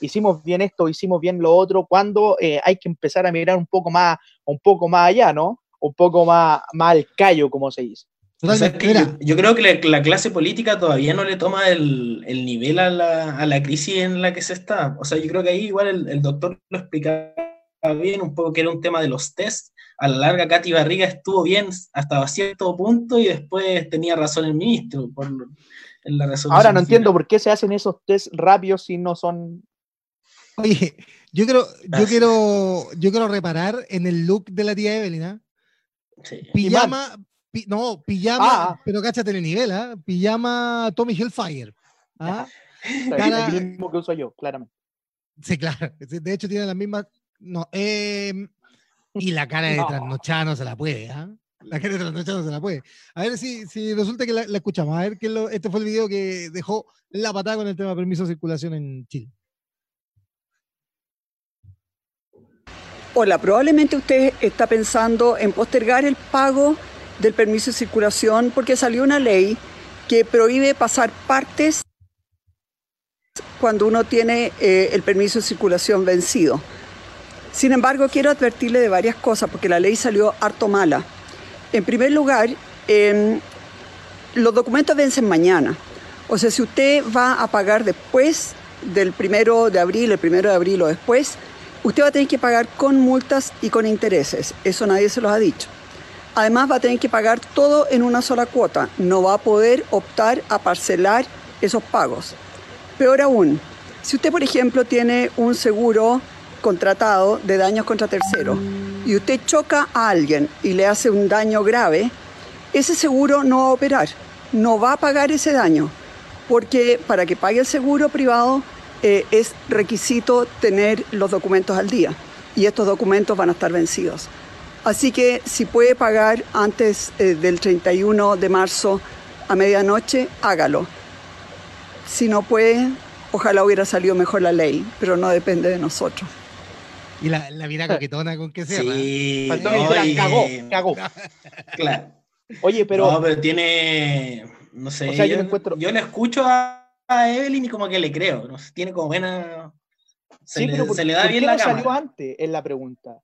hicimos bien esto, hicimos bien lo otro, cuando eh, hay que empezar a mirar un poco más, un poco más allá, ¿no? Un poco más, más al callo, como se dice. O sea, que yo, yo creo que la, la clase política todavía no le toma el, el nivel a la, a la crisis en la que se está. O sea, yo creo que ahí igual el, el doctor lo explicaba bien, un poco que era un tema de los test. A la larga, Katy Barriga estuvo bien hasta cierto punto y después tenía razón el ministro por, en la resolución. Ahora no final. entiendo por qué se hacen esos test rápidos si no son... Oye, yo quiero, yo quiero, yo quiero reparar en el look de la tía Evelyn, ¿eh? Sí. Pijama, pi, no, pijama, Ah. pero cáchate el nivel, ¿ah? Pijama Tommy Hellfire. ¿Ah? Cara... el mismo que uso yo, claramente. Sí, claro. De hecho, tiene las mismas. No, eh, y la cara de No. trasnochada no se la puede, ¿ah? La cara de trasnochada no se la puede. A ver si, si resulta que la, la escuchamos. A ver que lo, este fue el video que dejó la patada con el tema de permiso de circulación en Chile. Hola, probablemente usted está pensando en postergar el pago del permiso de circulación porque salió una ley que prohíbe pasar partes cuando uno tiene eh, el permiso de circulación vencido. Sin embargo, quiero advertirle de varias cosas porque la ley salió harto mala. En primer lugar, eh, los documentos vencen mañana. O sea, si usted va a pagar después del primero de abril, el primero de abril o después, usted va a tener que pagar con multas y con intereses. Eso nadie se los ha dicho. Además, va a tener que pagar todo en una sola cuota. No va a poder optar a parcelar esos pagos. Peor aún, si usted, por ejemplo, tiene un seguro contratado de daños contra terceros y usted choca a alguien y le hace un daño grave, ese seguro no va a operar, no va a pagar ese daño, porque para que pague el seguro privado eh, es requisito tener los documentos al día y estos documentos van a estar vencidos. Así que si puede pagar antes eh, del treinta y uno de marzo a medianoche, hágalo. Si no puede, ojalá hubiera salido mejor la ley, pero no depende de nosotros. Y la, la mira coquetona con que se Sí, Faltó no, que dijera, y- cagó, cagó. Claro. Oye, pero... No, pero tiene. No sé. O sea, yo yo, le encuentro- yo le escucho a, a Evelyn y como que le creo. No sé, tiene como buena. Se, Sí, le, pero ¿por, se le da ¿por bien qué la no salió cámara. antes? Es la pregunta.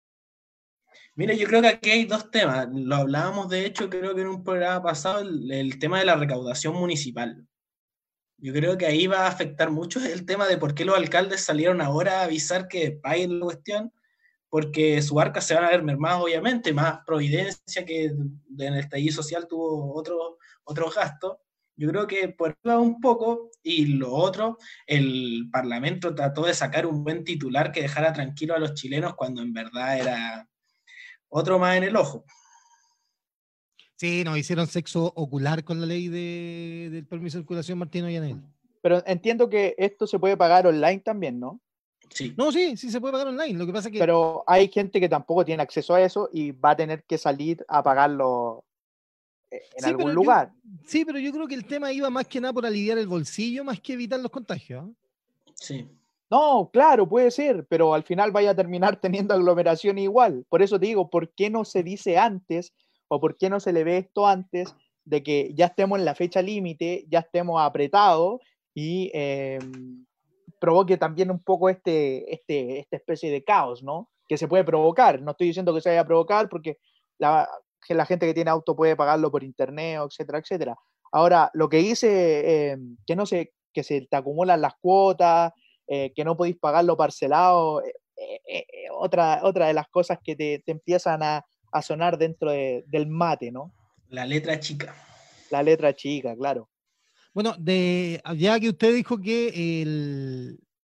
Mira, yo creo que aquí hay dos temas. Lo hablábamos, de hecho, creo que en un programa pasado, el, el tema de la recaudación municipal. Yo creo que ahí va a afectar mucho el tema de por qué los alcaldes salieron ahora a avisar que paguen la cuestión, porque sus arcas se van a ver mermadas, obviamente, más Providencia, que en el estallido social tuvo otros otros gastos. Yo creo que por ahí va un poco, y lo otro, el Parlamento trató de sacar un buen titular que dejara tranquilo a los chilenos cuando en verdad era otro más en el ojo. Sí, nos hicieron sexo ocular con la ley de, del permiso de circulación Martino Llanel. Pero entiendo que esto se puede pagar online también, ¿no? Sí. No, sí, sí se puede pagar online. Lo que pasa es que. Pero hay gente que tampoco tiene acceso a eso y va a tener que salir a pagarlo en Sí, algún pero lugar. Yo, sí, pero yo creo que el tema iba más que nada por aliviar el bolsillo, más que evitar los contagios. ¿eh? Sí. No, claro, puede ser, pero al final vaya a terminar teniendo aglomeración igual. Por eso te digo, ¿por qué no se dice antes o por qué no se le ve esto antes de que ya estemos en la fecha límite, ya estemos apretados y eh, provoque también un poco este, este, esta especie de caos, ¿no? Que se puede provocar. No estoy diciendo que se vaya a provocar porque la, que la gente que tiene auto puede pagarlo por internet, etcétera, etcétera. Ahora, lo que dice eh, que no se, que se te acumulan las cuotas, eh, que no podéis pagarlo parcelado, eh, eh, eh, otra, otra de las cosas que te, te empiezan a, a sonar dentro de, del mate, ¿no? La letra chica. La letra chica, claro. Bueno, de, ya que usted dijo que el,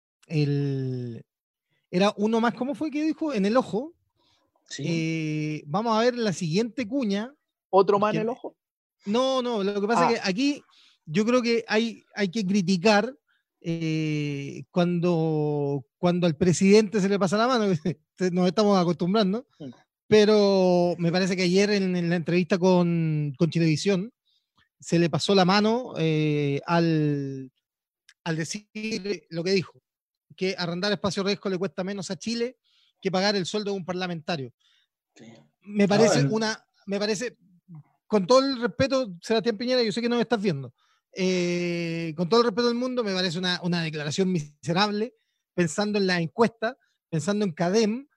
el era uno más, ¿cómo fue que dijo? En el ojo. Sí. Eh, vamos a ver la siguiente cuña. ¿Otro más en el ojo? No, no, lo que pasa Ah. es que aquí yo creo que hay, hay que criticar eh, cuando, cuando al presidente se le pasa la mano, nos estamos acostumbrando, Mm. pero me parece que ayer en, en la entrevista con, con Chilevisión se le pasó la mano eh, al, al decir lo que dijo, que arrendar espacio riesgo le cuesta menos a Chile que pagar el sueldo de un parlamentario. Sí. Me parece No, el- una, me parece, con todo el respeto, Sebastián Piñera, yo sé que no me estás viendo, eh, con todo el respeto del mundo, me parece una, una declaración miserable, pensando en la encuesta, pensando en CADEM,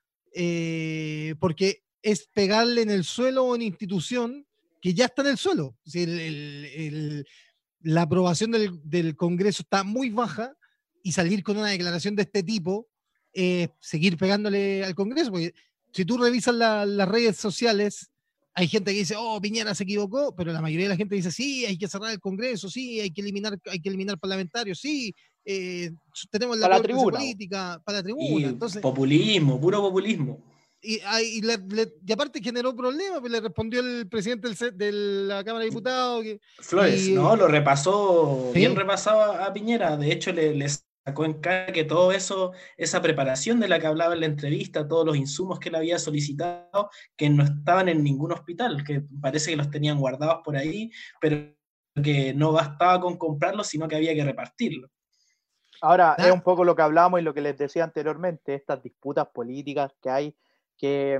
eh, porque es pegarle en el suelo a una institución que ya está en el suelo. Si el, el, el, la aprobación del, del Congreso está muy baja y salir con una declaración de este tipo, eh, seguir pegándole al Congreso, porque si tú revisas la, las redes sociales, hay gente que dice, oh, Piñera se equivocó, pero la mayoría de la gente dice, sí, hay que cerrar el Congreso, sí, hay que eliminar, hay que eliminar parlamentarios, sí, eh, tenemos la, para la corte tribuna política, para la tribuna. Y Entonces, populismo, puro populismo. Y, y, le, le, y aparte generó problemas, pues le respondió el presidente del, de la Cámara de Diputados. Que, Flores, y, no, lo repasó, ¿sí? bien repasado a Piñera. De hecho, le, le sacó en cara que todo eso, esa preparación de la que hablaba en la entrevista, todos los insumos que él había solicitado, que no estaban en ningún hospital, que parece que los tenían guardados por ahí, pero que no bastaba con comprarlos, sino que había que repartirlos. Ahora, Ah. es un poco lo que hablamos y lo que les decía anteriormente, estas disputas políticas que hay, que,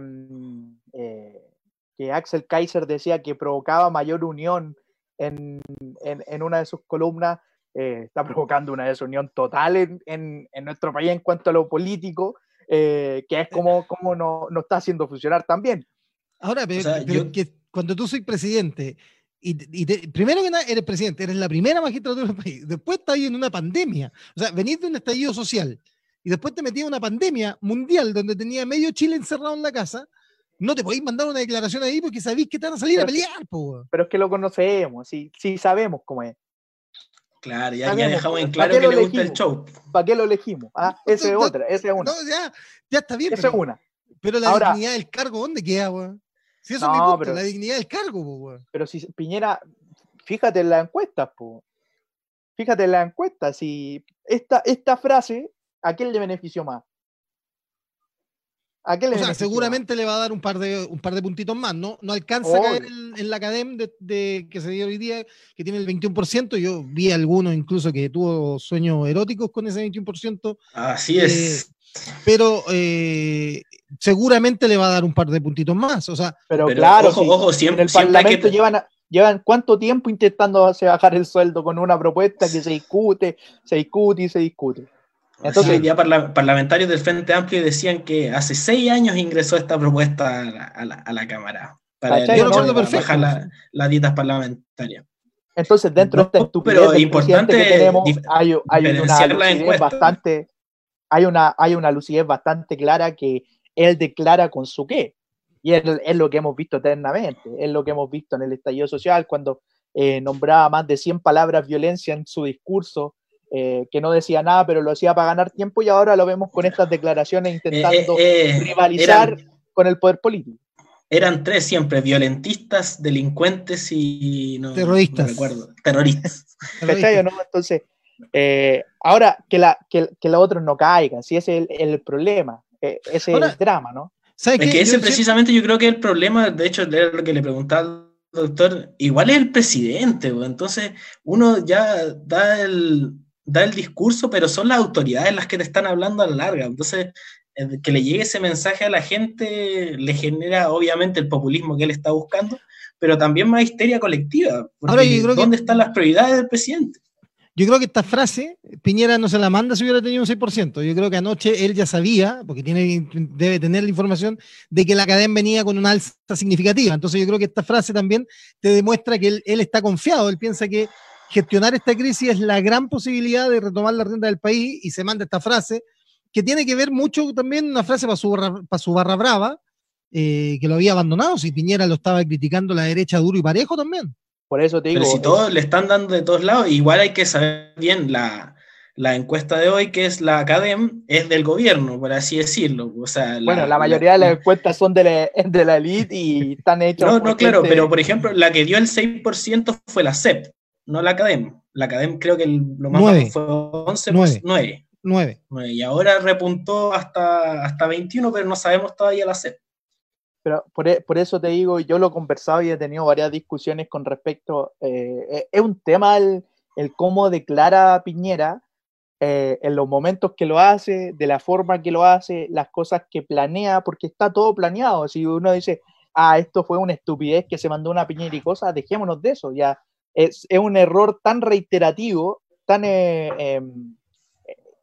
eh, que Axel Kaiser decía que provocaba mayor unión en, en, en una de sus columnas, eh, está provocando una desunión total en, en, en nuestro país en cuanto a lo político, eh, que es como, como no, no está haciendo funcionar también. Ahora, pero, O sea, pero yo... que cuando tú soy presidente, y, y te, primero que nada eres presidente, eres la primera magistratura del país, después estás ahí en una pandemia, o sea, venís de un estallido social, y después te metí en una pandemia mundial donde tenía medio Chile encerrado en la casa, no te podéis mandar una declaración ahí porque sabéis que te van a salir pero a pelear, po. Pero es que lo conocemos, sí, sí sabemos cómo es. Claro, ya, ya dejamos en claro que le elegimos? gusta el show. ¿Para qué lo elegimos? Ah, esa es otra, esa es una. No, ya, ya está bien. Esa pero, es una. Pero la Ahora, dignidad del cargo, ¿dónde queda, weón? Si eso no, es mi punto, pero, la dignidad del cargo, weón. Pero si Piñera, fíjate en las encuestas, po. Fíjate en las encuestas, si esta, esta frase, ¿a quién le benefició más? ¿A quién le o sea, benefició seguramente más? le va a dar un par de, un par de puntitos más, ¿no? No alcanza Obvio. a caer en, en la academia de, de, que se dio hoy día, que tiene el veintiuno por ciento. Yo vi algunos incluso que tuvo sueños eróticos con ese veintiuno por ciento. Así eh, es. Pero eh, seguramente le va a dar un par de puntitos más. O sea, pero, pero claro, ojo, sí, ojo, siempre, en el siempre Parlamento que... llevan, a, llevan cuánto tiempo intentando bajar el sueldo con una propuesta que se discute, se discute y se discute. Entonces, sí, ya parla parlamentarios del Frente Amplio decían que hace seis años ingresó esta propuesta a la, a la, a la Cámara para, yo el, no, para perfecto, bajar la, las dietas parlamentarias. Entonces, dentro no, de esta estupidez pero del importante presidente que tenemos, hay, hay una lucidez bastante, hay una, hay una lucidez bastante clara que él declara con su qué. Y es, es lo que hemos visto eternamente, es lo que hemos visto en el estallido social, cuando eh, nombraba más de cien palabras violencia en su discurso, eh, que no decía nada, pero lo hacía para ganar tiempo, y ahora lo vemos con estas declaraciones intentando eh, eh, rivalizar eran, con el poder político. Eran tres siempre, violentistas, delincuentes y... No, terroristas. No recuerdo, terroristas. ¿Cachai, no? Entonces, eh, ahora que, la, que, que los otros no caigan, si ese es el, el problema, eh, ese ahora, es el drama, ¿no? ¿sabes es que ese yo precisamente siempre... yo creo que el problema, de hecho, es lo que le preguntaba al doctor, igual es el presidente, pues, entonces uno ya da el, da el discurso, pero son las autoridades las que te están hablando a la larga, entonces que le llegue ese mensaje a la gente le genera obviamente el populismo que él está buscando, pero también más histeria colectiva, porque ahora, yo creo ¿dónde que... están las prioridades del presidente? Yo creo que esta frase, Piñera no se la manda si hubiera tenido un seis por ciento. Yo creo que anoche él ya sabía, porque tiene, debe tener la información, de que la cadena venía con una alza significativa. Entonces yo creo que esta frase también te demuestra que él, él está confiado. Él piensa que gestionar esta crisis es la gran posibilidad de retomar la rienda del país, y se manda esta frase, que tiene que ver mucho también, una frase para su barra, para su barra brava, eh, que lo había abandonado. Si Piñera lo estaba criticando la derecha duro y parejo también. Por eso te digo. Pero si todos es... le están dando de todos lados, igual hay que saber bien la, la encuesta de hoy, que es la Academ, es del gobierno, por así decirlo. O sea, la, bueno, la mayoría la, de las encuestas son de la, de la elite y están hechas. No, no, claro, pero por ejemplo, la que dio el seis por ciento fue la C E P, no la Academ. La Academ creo que el, lo más bajo fue once, nueve. nueve. nueve. Y ahora repuntó hasta, hasta veintiuno, pero no sabemos todavía la C E P. Pero por, por eso te digo, yo lo he conversado y he tenido varias discusiones con respecto, eh, es un tema el, el cómo declara Piñera, eh, en los momentos que lo hace, de la forma que lo hace, las cosas que planea, porque está todo planeado. Si uno dice, ah, esto fue una estupidez que se mandó una Piñera y cosas, dejémonos de eso, ya es, es un error tan reiterativo, tan, eh, eh,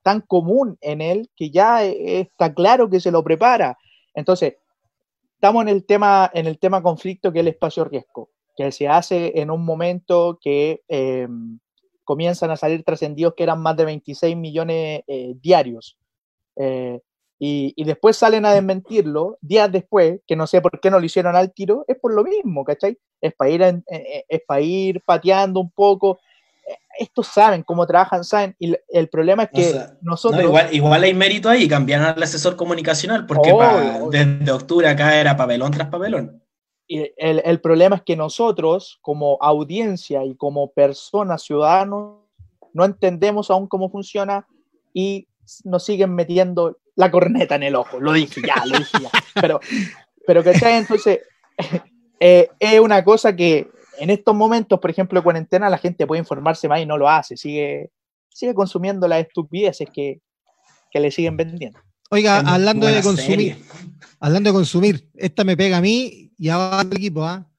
tan común en él que ya eh, está claro que se lo prepara. Entonces, estamos en el tema, en el tema conflicto, que es el espacio riesgo, que se hace en un momento que eh, comienzan a salir trascendidos que eran más de veintiséis millones eh, diarios. Eh, y, y después salen a desmentirlo días después, que no sé por qué no lo hicieron al tiro, es por lo mismo, ¿cachai? Es para ir, en, eh, es para ir pateando un poco. Estos saben cómo trabajan, saben, y el problema es que o sea, nosotros... No, igual, igual hay mérito ahí, cambiaron al asesor comunicacional, porque Oh, pa, oh. desde octubre acá era papelón tras papelón. Y el, el problema es que nosotros, como audiencia y como personas, ciudadanos, no entendemos aún cómo funciona y nos siguen metiendo la corneta en el ojo. Lo dije ya, lo dije ya. Pero, pero ¿cachai? Entonces, eh, es una cosa que en estos momentos, por ejemplo, de cuarentena, la gente puede informarse más y no lo hace. Sigue, sigue consumiendo las estupideces que, que le siguen vendiendo. Oiga, Es hablando de buena consumir, serie. hablando de consumir, esta me pega a mí y a el equipo, ¿ah?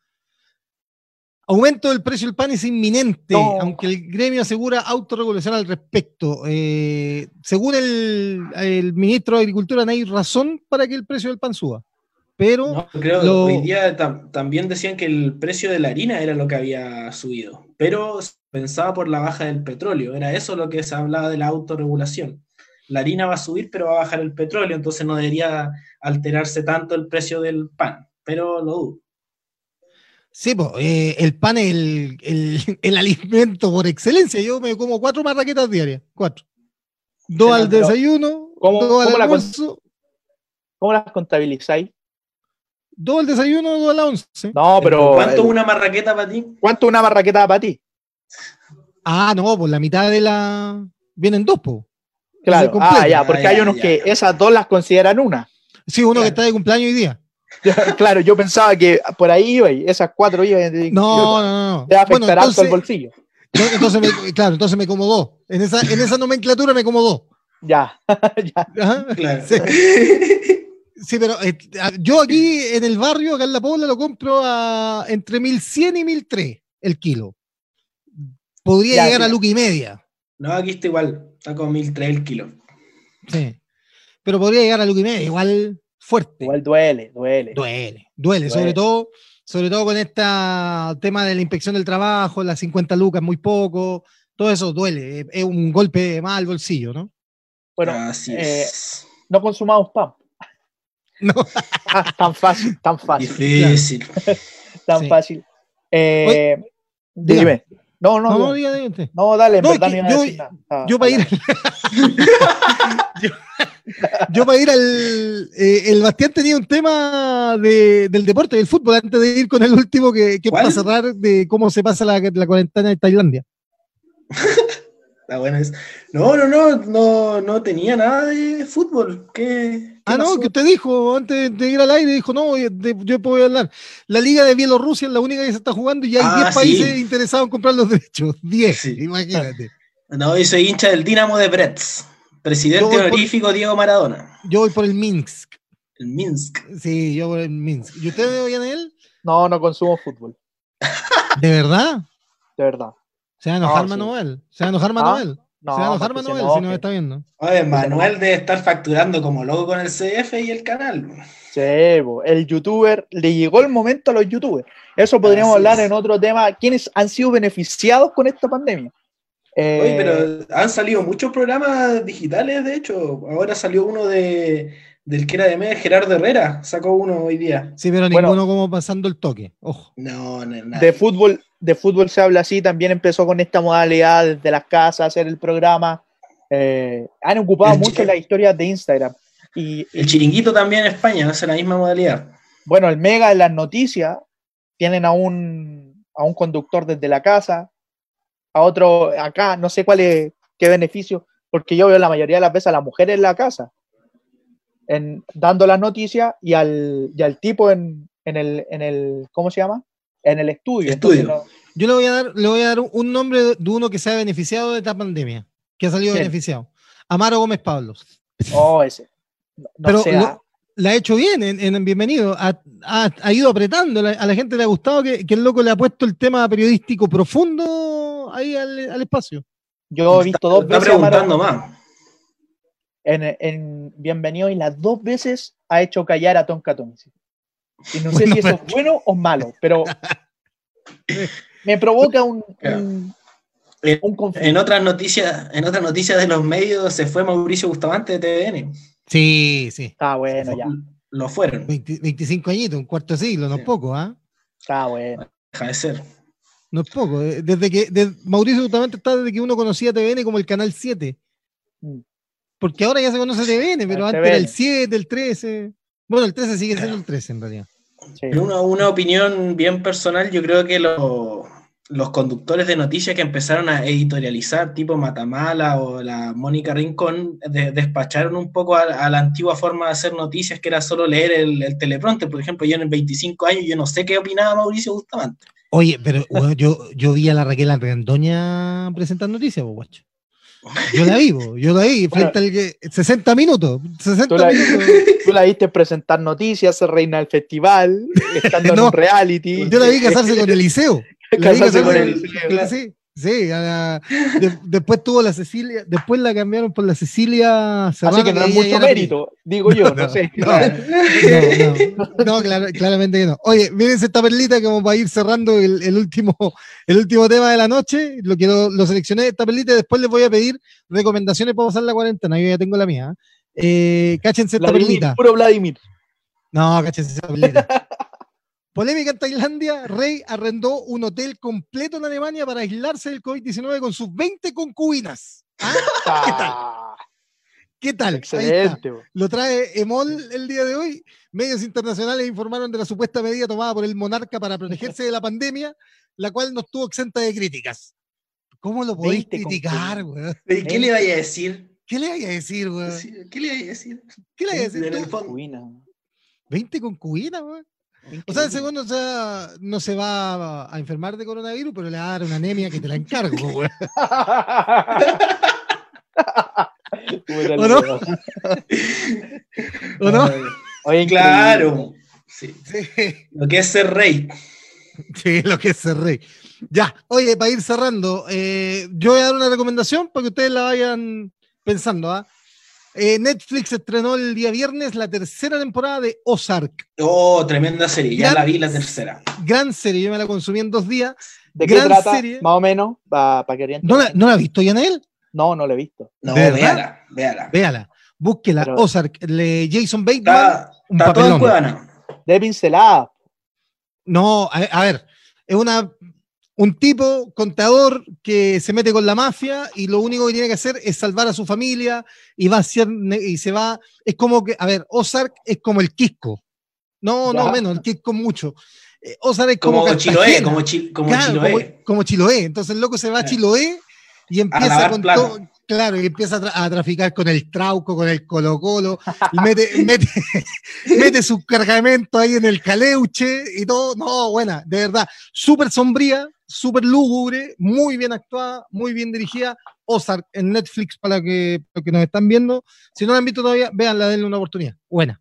Aumento del precio del pan es inminente, No. aunque el gremio asegura autorregulación al respecto. Eh, según el, el ministro de Agricultura, no hay razón para que el precio del pan suba. Pero No, creo lo- que hoy día tam- también decían que el precio de la harina era lo que había subido, pero se pensaba por la baja del petróleo, era eso lo que se hablaba de la autorregulación. La harina va a subir, pero va a bajar el petróleo, entonces no debería alterarse tanto el precio del pan, pero lo dudo. sí, po, eh, el pan es el, el, el alimento por excelencia. Yo me como cuatro marraquetas diarias, cuatro. Dos al Pero, desayuno, ¿cómo- dos al cómo la con- almuerzo, ¿Cómo las contabilizáis? dos al desayuno, dos a la once. No, pero ¿Cuánto el- una marraqueta para ti? ¿cuánto una marraqueta para ti? Ah, no, pues la mitad de la... Vienen dos, po. Claro, Ese completo. ah, ya, porque Ah, hay ya, unos ya. que esas dos las consideran una. Sí, uno Claro. que está de cumpleaños hoy día. Claro, yo pensaba que por ahí iba y esas cuatro iban. No, no, no. Te va a Bueno, afectar harto entonces, el bolsillo. no, entonces me, claro, entonces me como dos. En esa, en esa nomenclatura me como dos. Ya, ya. Ajá. Claro. Sí. Sí, pero eh, yo aquí en el barrio, acá en La Pobla, lo compro a entre mil cien y mil tres el kilo. Podría Ya, llegar sí. a luca y media. No, aquí está igual, está como mil tres el kilo. Sí. Pero podría llegar a luca y media, igual fuerte. Igual duele, duele. Duele, duele, Duele. sobre todo, sobre todo con este tema de la inspección del trabajo, las cincuenta lucas, muy poco, todo eso duele, es, es un golpe más al bolsillo, ¿no? Bueno, Así eh, es. no consumamos pan. No. Ah, tan fácil, tan fácil, Difícil. tan Sí. fácil. Eh, dígame. dime. No, no, No, no, no, diga, diga usted. no, dale, en No, es verdad que no iba a yo- decir nada. Ah, Yo para ir, yo, yo para ir al, eh, el Bastián tenía un tema de, del deporte, del fútbol, antes de ir con el último que, que ¿Cuál? para cerrar de cómo se pasa la, la cuarentena en Tailandia. Está bueno eso. No, no, no, no, no tenía nada de fútbol. ¿Qué, qué Ah, no, pasó? que usted dijo antes de ir al aire, dijo, no, yo, de- yo puedo hablar. La Liga de Bielorrusia es la única que se está jugando y hay Ah, diez sí. países interesados en comprar los derechos. diez, Sí. imagínate. No, yo soy hincha del Dinamo de Bretz. Presidente Yo voy por- honorífico Diego Maradona. Yo voy por el Minsk. El Minsk. Sí, yo por el Minsk. ¿Y usted oyen él? No, no consumo fútbol, ¿De verdad? de verdad. Se va a enojar No, sí. Manuel. Se va a enojar Ah, Manuel. no, se va a enojar no, que se Manuel si enoje. nos está viendo. Oye, Manuel debe estar facturando como loco con el C F y el canal. Sí, po, el youtuber, le llegó el momento a los youtubers. Eso podríamos Así hablar es. en otro tema. ¿Quiénes han sido beneficiados con esta pandemia? Eh, Oye, pero han salido muchos programas digitales, de hecho. Ahora salió uno de del que era de media, Gerardo Herrera, sacó uno hoy día. Sí, pero Bueno. ninguno como pasando el toque. Ojo. No, no, nada. de fútbol, de fútbol se habla así, también empezó con esta modalidad desde las casas, hacer el programa. Eh, han ocupado El chi- mucho las historias de Instagram. Y, y, El Chiringuito también en España hace la misma modalidad. bueno, el Mega en las noticias tienen a un, a un conductor desde la casa, a otro acá, no sé cuál es, qué beneficio, porque yo veo la mayoría de las veces a las mujeres en la casa, en, dando las noticias y al, y al tipo en, en, el, en el, ¿cómo se llama? En el estudio. Estudio. Entonces, no- Yo le voy a dar, le voy a dar un nombre de uno que se ha beneficiado de esta pandemia, que ha salido ¿Quién? beneficiado. Amaro Gómez Pablos. oh, ese. No, no Pero sé, lo- ah, la ha hecho bien en, en Bienvenido. Ha, ha- ha ido apretando. la- A la gente le ha gustado que, que el loco le ha puesto el tema periodístico profundo ahí al, al espacio. yo he visto dos Está veces a Amaro- preguntando más. en, en Bienvenido y las dos veces ha hecho callar a Tonka Tonsi. Y no sé bueno, si eso es bueno o malo, pero me provoca un, un, un conflicto. En otras noticias, en otras noticias de los medios se fue Mauricio Bustamante de T V N. Sí, sí. Ah, bueno, ya. Lo fueron. veinte, veinticinco añitos, un cuarto de siglo, no es sí. poco, ¿ah? ¿eh? Ah, bueno. Deja de ser. No es poco. Desde que desde, Mauricio Bustamante está desde que uno conocía T V N como el Canal siete. Mm. Porque ahora ya se conoce T V N, pero el antes T V N. Era el siete, el trece. Bueno, el trece sigue siendo el trece en realidad. Sí. Una, una opinión bien personal, yo creo que lo, los conductores de noticias que empezaron a editorializar, tipo Matamala o la Mónica Rincón, de, despacharon un poco a, a la antigua forma de hacer noticias, que era solo leer el, el teleprompter. Por ejemplo, yo en veinticinco años, yo no sé qué opinaba Mauricio Bustamante. Oye, pero bueno, yo, yo vi a la Raquel Argandoña presentar noticias, vos, guacho. Yo la vi, bo, yo la vi, frente bueno, al que sesenta minutos, sesenta tú la, minutos. Tú la viste presentar noticias, ser reina del festival, estando no, en un reality. Yo la vi casarse con Eliseo. La vi casarse con el Eliseo. Sí, sí. A, de, después tuvo la Cecilia, después la cambiaron por la Cecilia Serrano. Así que no es mucho mérito, digo yo, no, no sé. No, no, no, no claro, claramente que no. Oye, mírense esta perlita como para ir cerrando el, el, último, el último tema de la noche. Lo que lo, lo seleccioné, esta perlita, y después les voy a pedir recomendaciones para pasar la cuarentena. Yo ya tengo la mía. Eh, cáchense esta Vladimir, perlita. Puro Vladimir. No, cáchense esta perlita. Polémica en Tailandia, Rey arrendó un hotel completo en Alemania para aislarse del COVID diecinueve con sus veinte concubinas. ¿Ah? ¿Qué tal? ¿Qué tal? Excelente. Lo trae Emol el día de hoy. Medios internacionales informaron de la supuesta medida tomada por el monarca para protegerse de la pandemia, la cual no estuvo exenta de críticas. ¿Cómo lo podéis criticar, güey? ¿Y qué le vaya a decir? ¿Qué le vaya a decir, güey? ¿Qué le vaya a decir? ¿Qué le vaya a decir? veinte veinte concubinas, güey. O sea, el segundo, o sea, no se va a enfermar de coronavirus, pero le va a dar una anemia que te la encargo, güey. ¿O no? ¿O no? Oye, claro. Sí. Sí. Lo que es ser rey. Sí, lo que es ser rey. Ya, oye, para ir cerrando, eh, yo voy a dar una recomendación para que ustedes la vayan pensando, ¿ah? ¿eh? Eh, Netflix estrenó el día viernes la tercera temporada de Ozark. Oh, tremenda serie, ya gran, la vi la tercera. Gran serie, yo me la consumí en dos días. ¿De qué gran trata? Serie. Más o menos, para pa que oriente. ¿No la, ¿No la has visto, Yanel? No, no la he visto. No, véala, véala. Véala, búsquela. Pero, Ozark, le Jason Bateman. Está, un está todo en Cuevana. De pincelada. No, a, a ver, es una... Un tipo contador que se mete con la mafia y lo único que tiene que hacer es salvar a su familia y va a hacer, y se va, es como que, a ver, Ozark es como el Quisco. No, ya. no, menos, el Quisco mucho. Eh, Ozark es como, como Chiloé, como, chi, como claro, Chiloé. Como, como Chiloé. Entonces el loco se va a Chiloé y empieza con plata. todo. Claro, y empieza a, tra a traficar con el Trauco, con el Colo Colo, y mete, mete, mete sus cargamentos ahí en el Caleuche y todo. No, buena, de verdad. Súper sombría, súper lúgubre, muy bien actuada, muy bien dirigida. Ozark en Netflix para que, para que nos están viendo. Si no la han visto todavía, véanla, denle una oportunidad. Buena.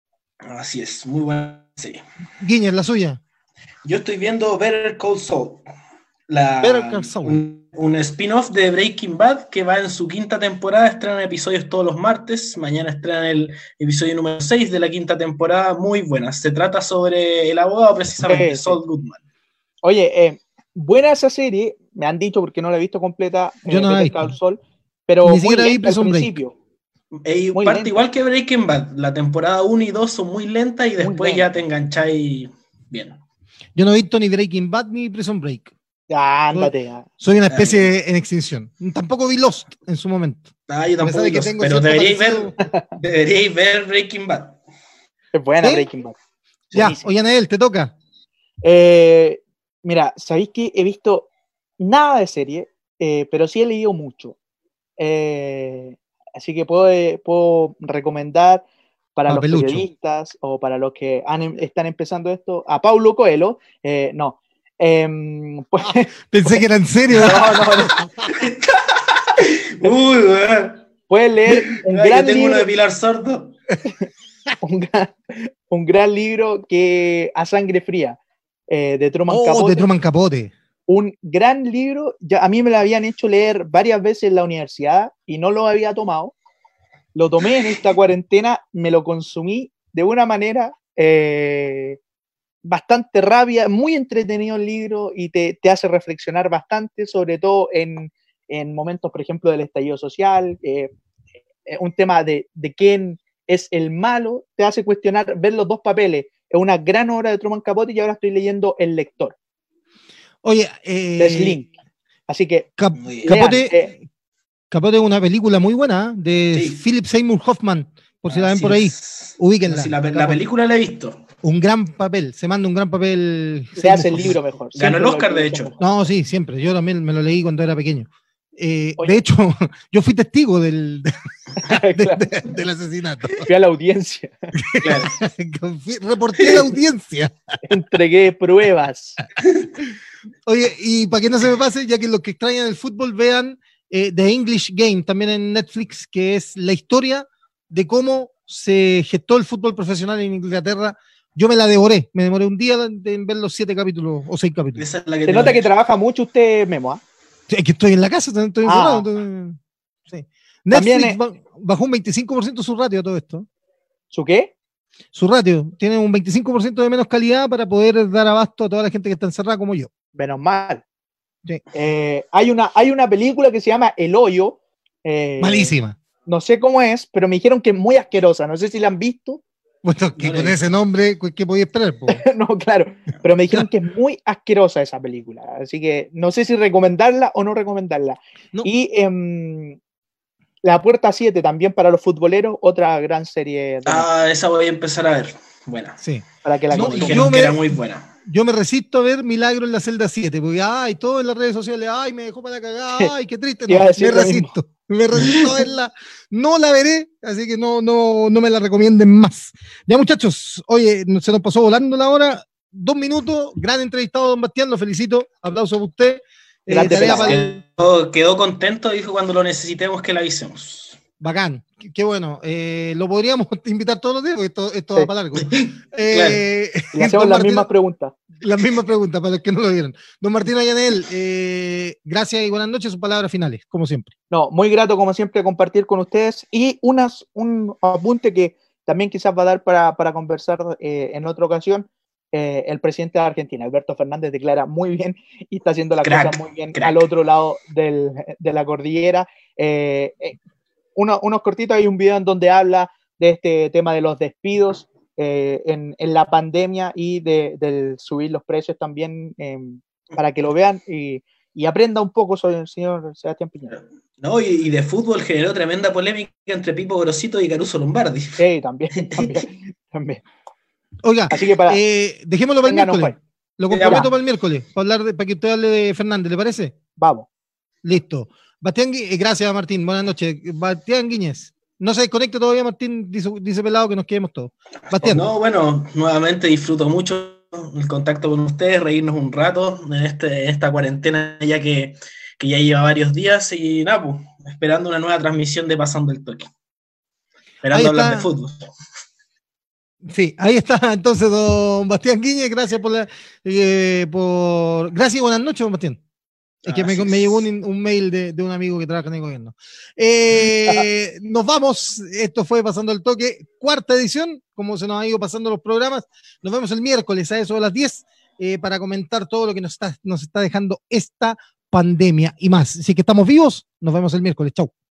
Así es, muy buena serie. Guiñez, la suya. Yo estoy viendo Better Call Saul. La, Better Call Saul. Un, un spin-off de Breaking Bad que va en su quinta temporada, estrenan episodios todos los martes, mañana estrenan el episodio número seis de la quinta temporada, muy buena, se trata sobre el abogado precisamente, sí, Saul Goodman. Oye, eh, buena esa serie, me han dicho porque no la he visto completa, yo eh, no la he visto, Sol, pero ni siquiera muy vi Prison Break. Eh, parte lenta. Igual que Breaking Bad, la temporada uno y dos son muy lentas y después ya te engancháis bien. Yo no he visto ni Breaking Bad ni Prison Break. Ah, ándate. Ya. Soy una especie ah, en extinción. Tampoco vi Lost en su momento. Ah, yo tampoco vi Lost, pero deberíais ver, deberíais ver Breaking Bad. Es buena ¿Eh? Breaking Bad. Ya, oye, Anael, te toca. Eh, mira, sabéis que he visto nada de serie, eh, pero sí he leído mucho. Eh, así que puedo, eh, puedo recomendar para Papelucho. Los periodistas o para los que han, están empezando esto, a Paulo Coelho. Eh, no. Eh, pues, Pensé que era en serio. No, no, no. Uy, weón. Puedes leer un Ay, gran yo tengo libro. uno de Pilar Sordo. un, gran, un gran libro que A Sangre Fría, eh, de Truman oh, Capote. de Truman Capote. Un gran libro. Ya, a mí me lo habían hecho leer varias veces en la universidad y no lo había tomado. lo tomé en esta cuarentena, me lo consumí de una manera eh, bastante rabia, muy entretenido el libro y te, te hace reflexionar bastante, sobre todo en, en momentos, por ejemplo, del estallido social, eh, eh, un tema de, de quién es el malo, te hace cuestionar, ver los dos papeles. Es una gran obra de Truman Capote y ahora estoy leyendo El Lector. Oye, eh, de Slink. Así que Cap lean, Capote, eh, Capote es una película muy buena, ¿eh? De Sí. Philip Seymour Hoffman, por si la ven Así por ahí. es. Ubíquenla. Sí, la, la Capote. película la he visto. Un gran papel, se manda un gran papel. se Seymour hace el Hoffman. libro mejor. Ganó el Siempre Oscar, lo- de hecho. No, sí, siempre. Yo también me lo leí cuando era pequeño. Eh, Oye. de hecho, yo fui testigo del, de- Claro, de- del asesinato. fui a la audiencia, Claro. Confi- Reporté la audiencia. entregué pruebas. Oye, y para que no se me pase, ya que los que extrañan el fútbol vean eh, The English Game, también en Netflix, que es la historia de cómo se gestó el fútbol profesional en Inglaterra. Yo me la devoré, me demoré un día en ver los siete capítulos o seis capítulos. Esa es la que Se te nota iba a que decir. trabaja mucho usted, Memo, ¿ah? Es que estoy en la casa, estoy Ah. encerrado. entonces, sí. También Netflix es- ba- bajó un veinticinco por ciento su ratio a todo esto. ¿Su qué? Su ratio tiene un veinticinco por ciento de menos calidad para poder dar abasto a toda la gente que está encerrada como yo. Menos mal. Sí. Eh, hay, una, hay una película que se llama El Hoyo. eh, Malísima. No sé cómo es, pero me dijeron que es muy asquerosa. No sé si la han visto. Bueno, que No con le- ese nombre, ¿qué qué podía esperar? po? No, claro. Pero me dijeron que es muy asquerosa esa película. Así que no sé si recomendarla o no recomendarla. No. Y em, La Puerta siete también para los futboleros, otra gran serie de- Ah, esa voy a empezar a ver. Buena. Sí. para que la no, consuman. Dijeron yo que me- era muy buena. Yo me resisto a ver Milagro en la celda siete, porque ay, todo en las redes sociales, ay, me dejó para la cagada, ay, qué triste. Te iba No, a decir me lo resisto, me resisto a verla, no la veré, así que no, no, no me la recomienden más. Ya, muchachos, oye, no- se nos pasó volando la hora, dos minutos, gran entrevistado, don Bastián, lo felicito, aplauso para usted. Eh, Grande tarea pelado. para el- Quedó, quedó contento, dijo cuando lo necesitemos que la avisemos. Bacán, qué, qué bueno. Eh, lo podríamos invitar todos los días, porque esto, esto Sí. va para largo. Eh, Y le hacemos don las Martín- mismas preguntas. Las mismas preguntas para los que no lo vieron. Don Martín Ayanel, eh, gracias y buenas noches. Sus palabras finales, como siempre. No, muy grato como siempre compartir con ustedes y unas, un apunte que también quizás va a dar para, para conversar eh, en otra ocasión. Eh, el presidente de Argentina, Alberto Fernández, declara muy bien y está haciendo las Crack, cosas muy bien crack. al otro lado del, de la cordillera. Eh, eh, uno- unos cortitos, hay un video en donde habla de este tema de los despidos eh, en, en la pandemia y de, del subir los precios también eh, para que lo vean y, y aprenda un poco sobre el señor Sebastián Piñera. No, y, y de fútbol generó tremenda polémica entre Pipo Grosito y Caruso Lombardi. Sí, también, también, también. Oiga, Así que para eh, dejémoslo para el Ténganos, miércoles. Lo Ya, comprometo va. para el miércoles, para, hablar de, para que usted hable de Fernández, ¿le parece? vamos. Listo. Bastián, Gui- eh, gracias, Martín. Buenas noches. Bastián Guiñez. No se desconecte todavía, Martín. Dice, dice Pelado que nos quedemos todos. Bastián. No, bueno, nuevamente disfruto mucho el contacto con ustedes, reírnos un rato en, este, en esta cuarentena ya que, que ya lleva varios días y nada, pues, esperando una nueva transmisión de Pasando el Toque. Esperando Ahí hablar de está. fútbol. Sí, ahí está entonces don Bastián Guiñez. Gracias por la. eh, por... Gracias y buenas noches, don Bastián. Es que me, Así me es. llegó un, un mail de, de un amigo que trabaja en el gobierno. Eh, nos vamos. Esto fue Pasando el Toque, cuarta edición, como se nos ha ido pasando los programas. Nos vemos el miércoles a eso de las diez eh, para comentar todo lo que nos está, nos está dejando esta pandemia y más. Así que estamos vivos. Nos vemos el miércoles. Chau.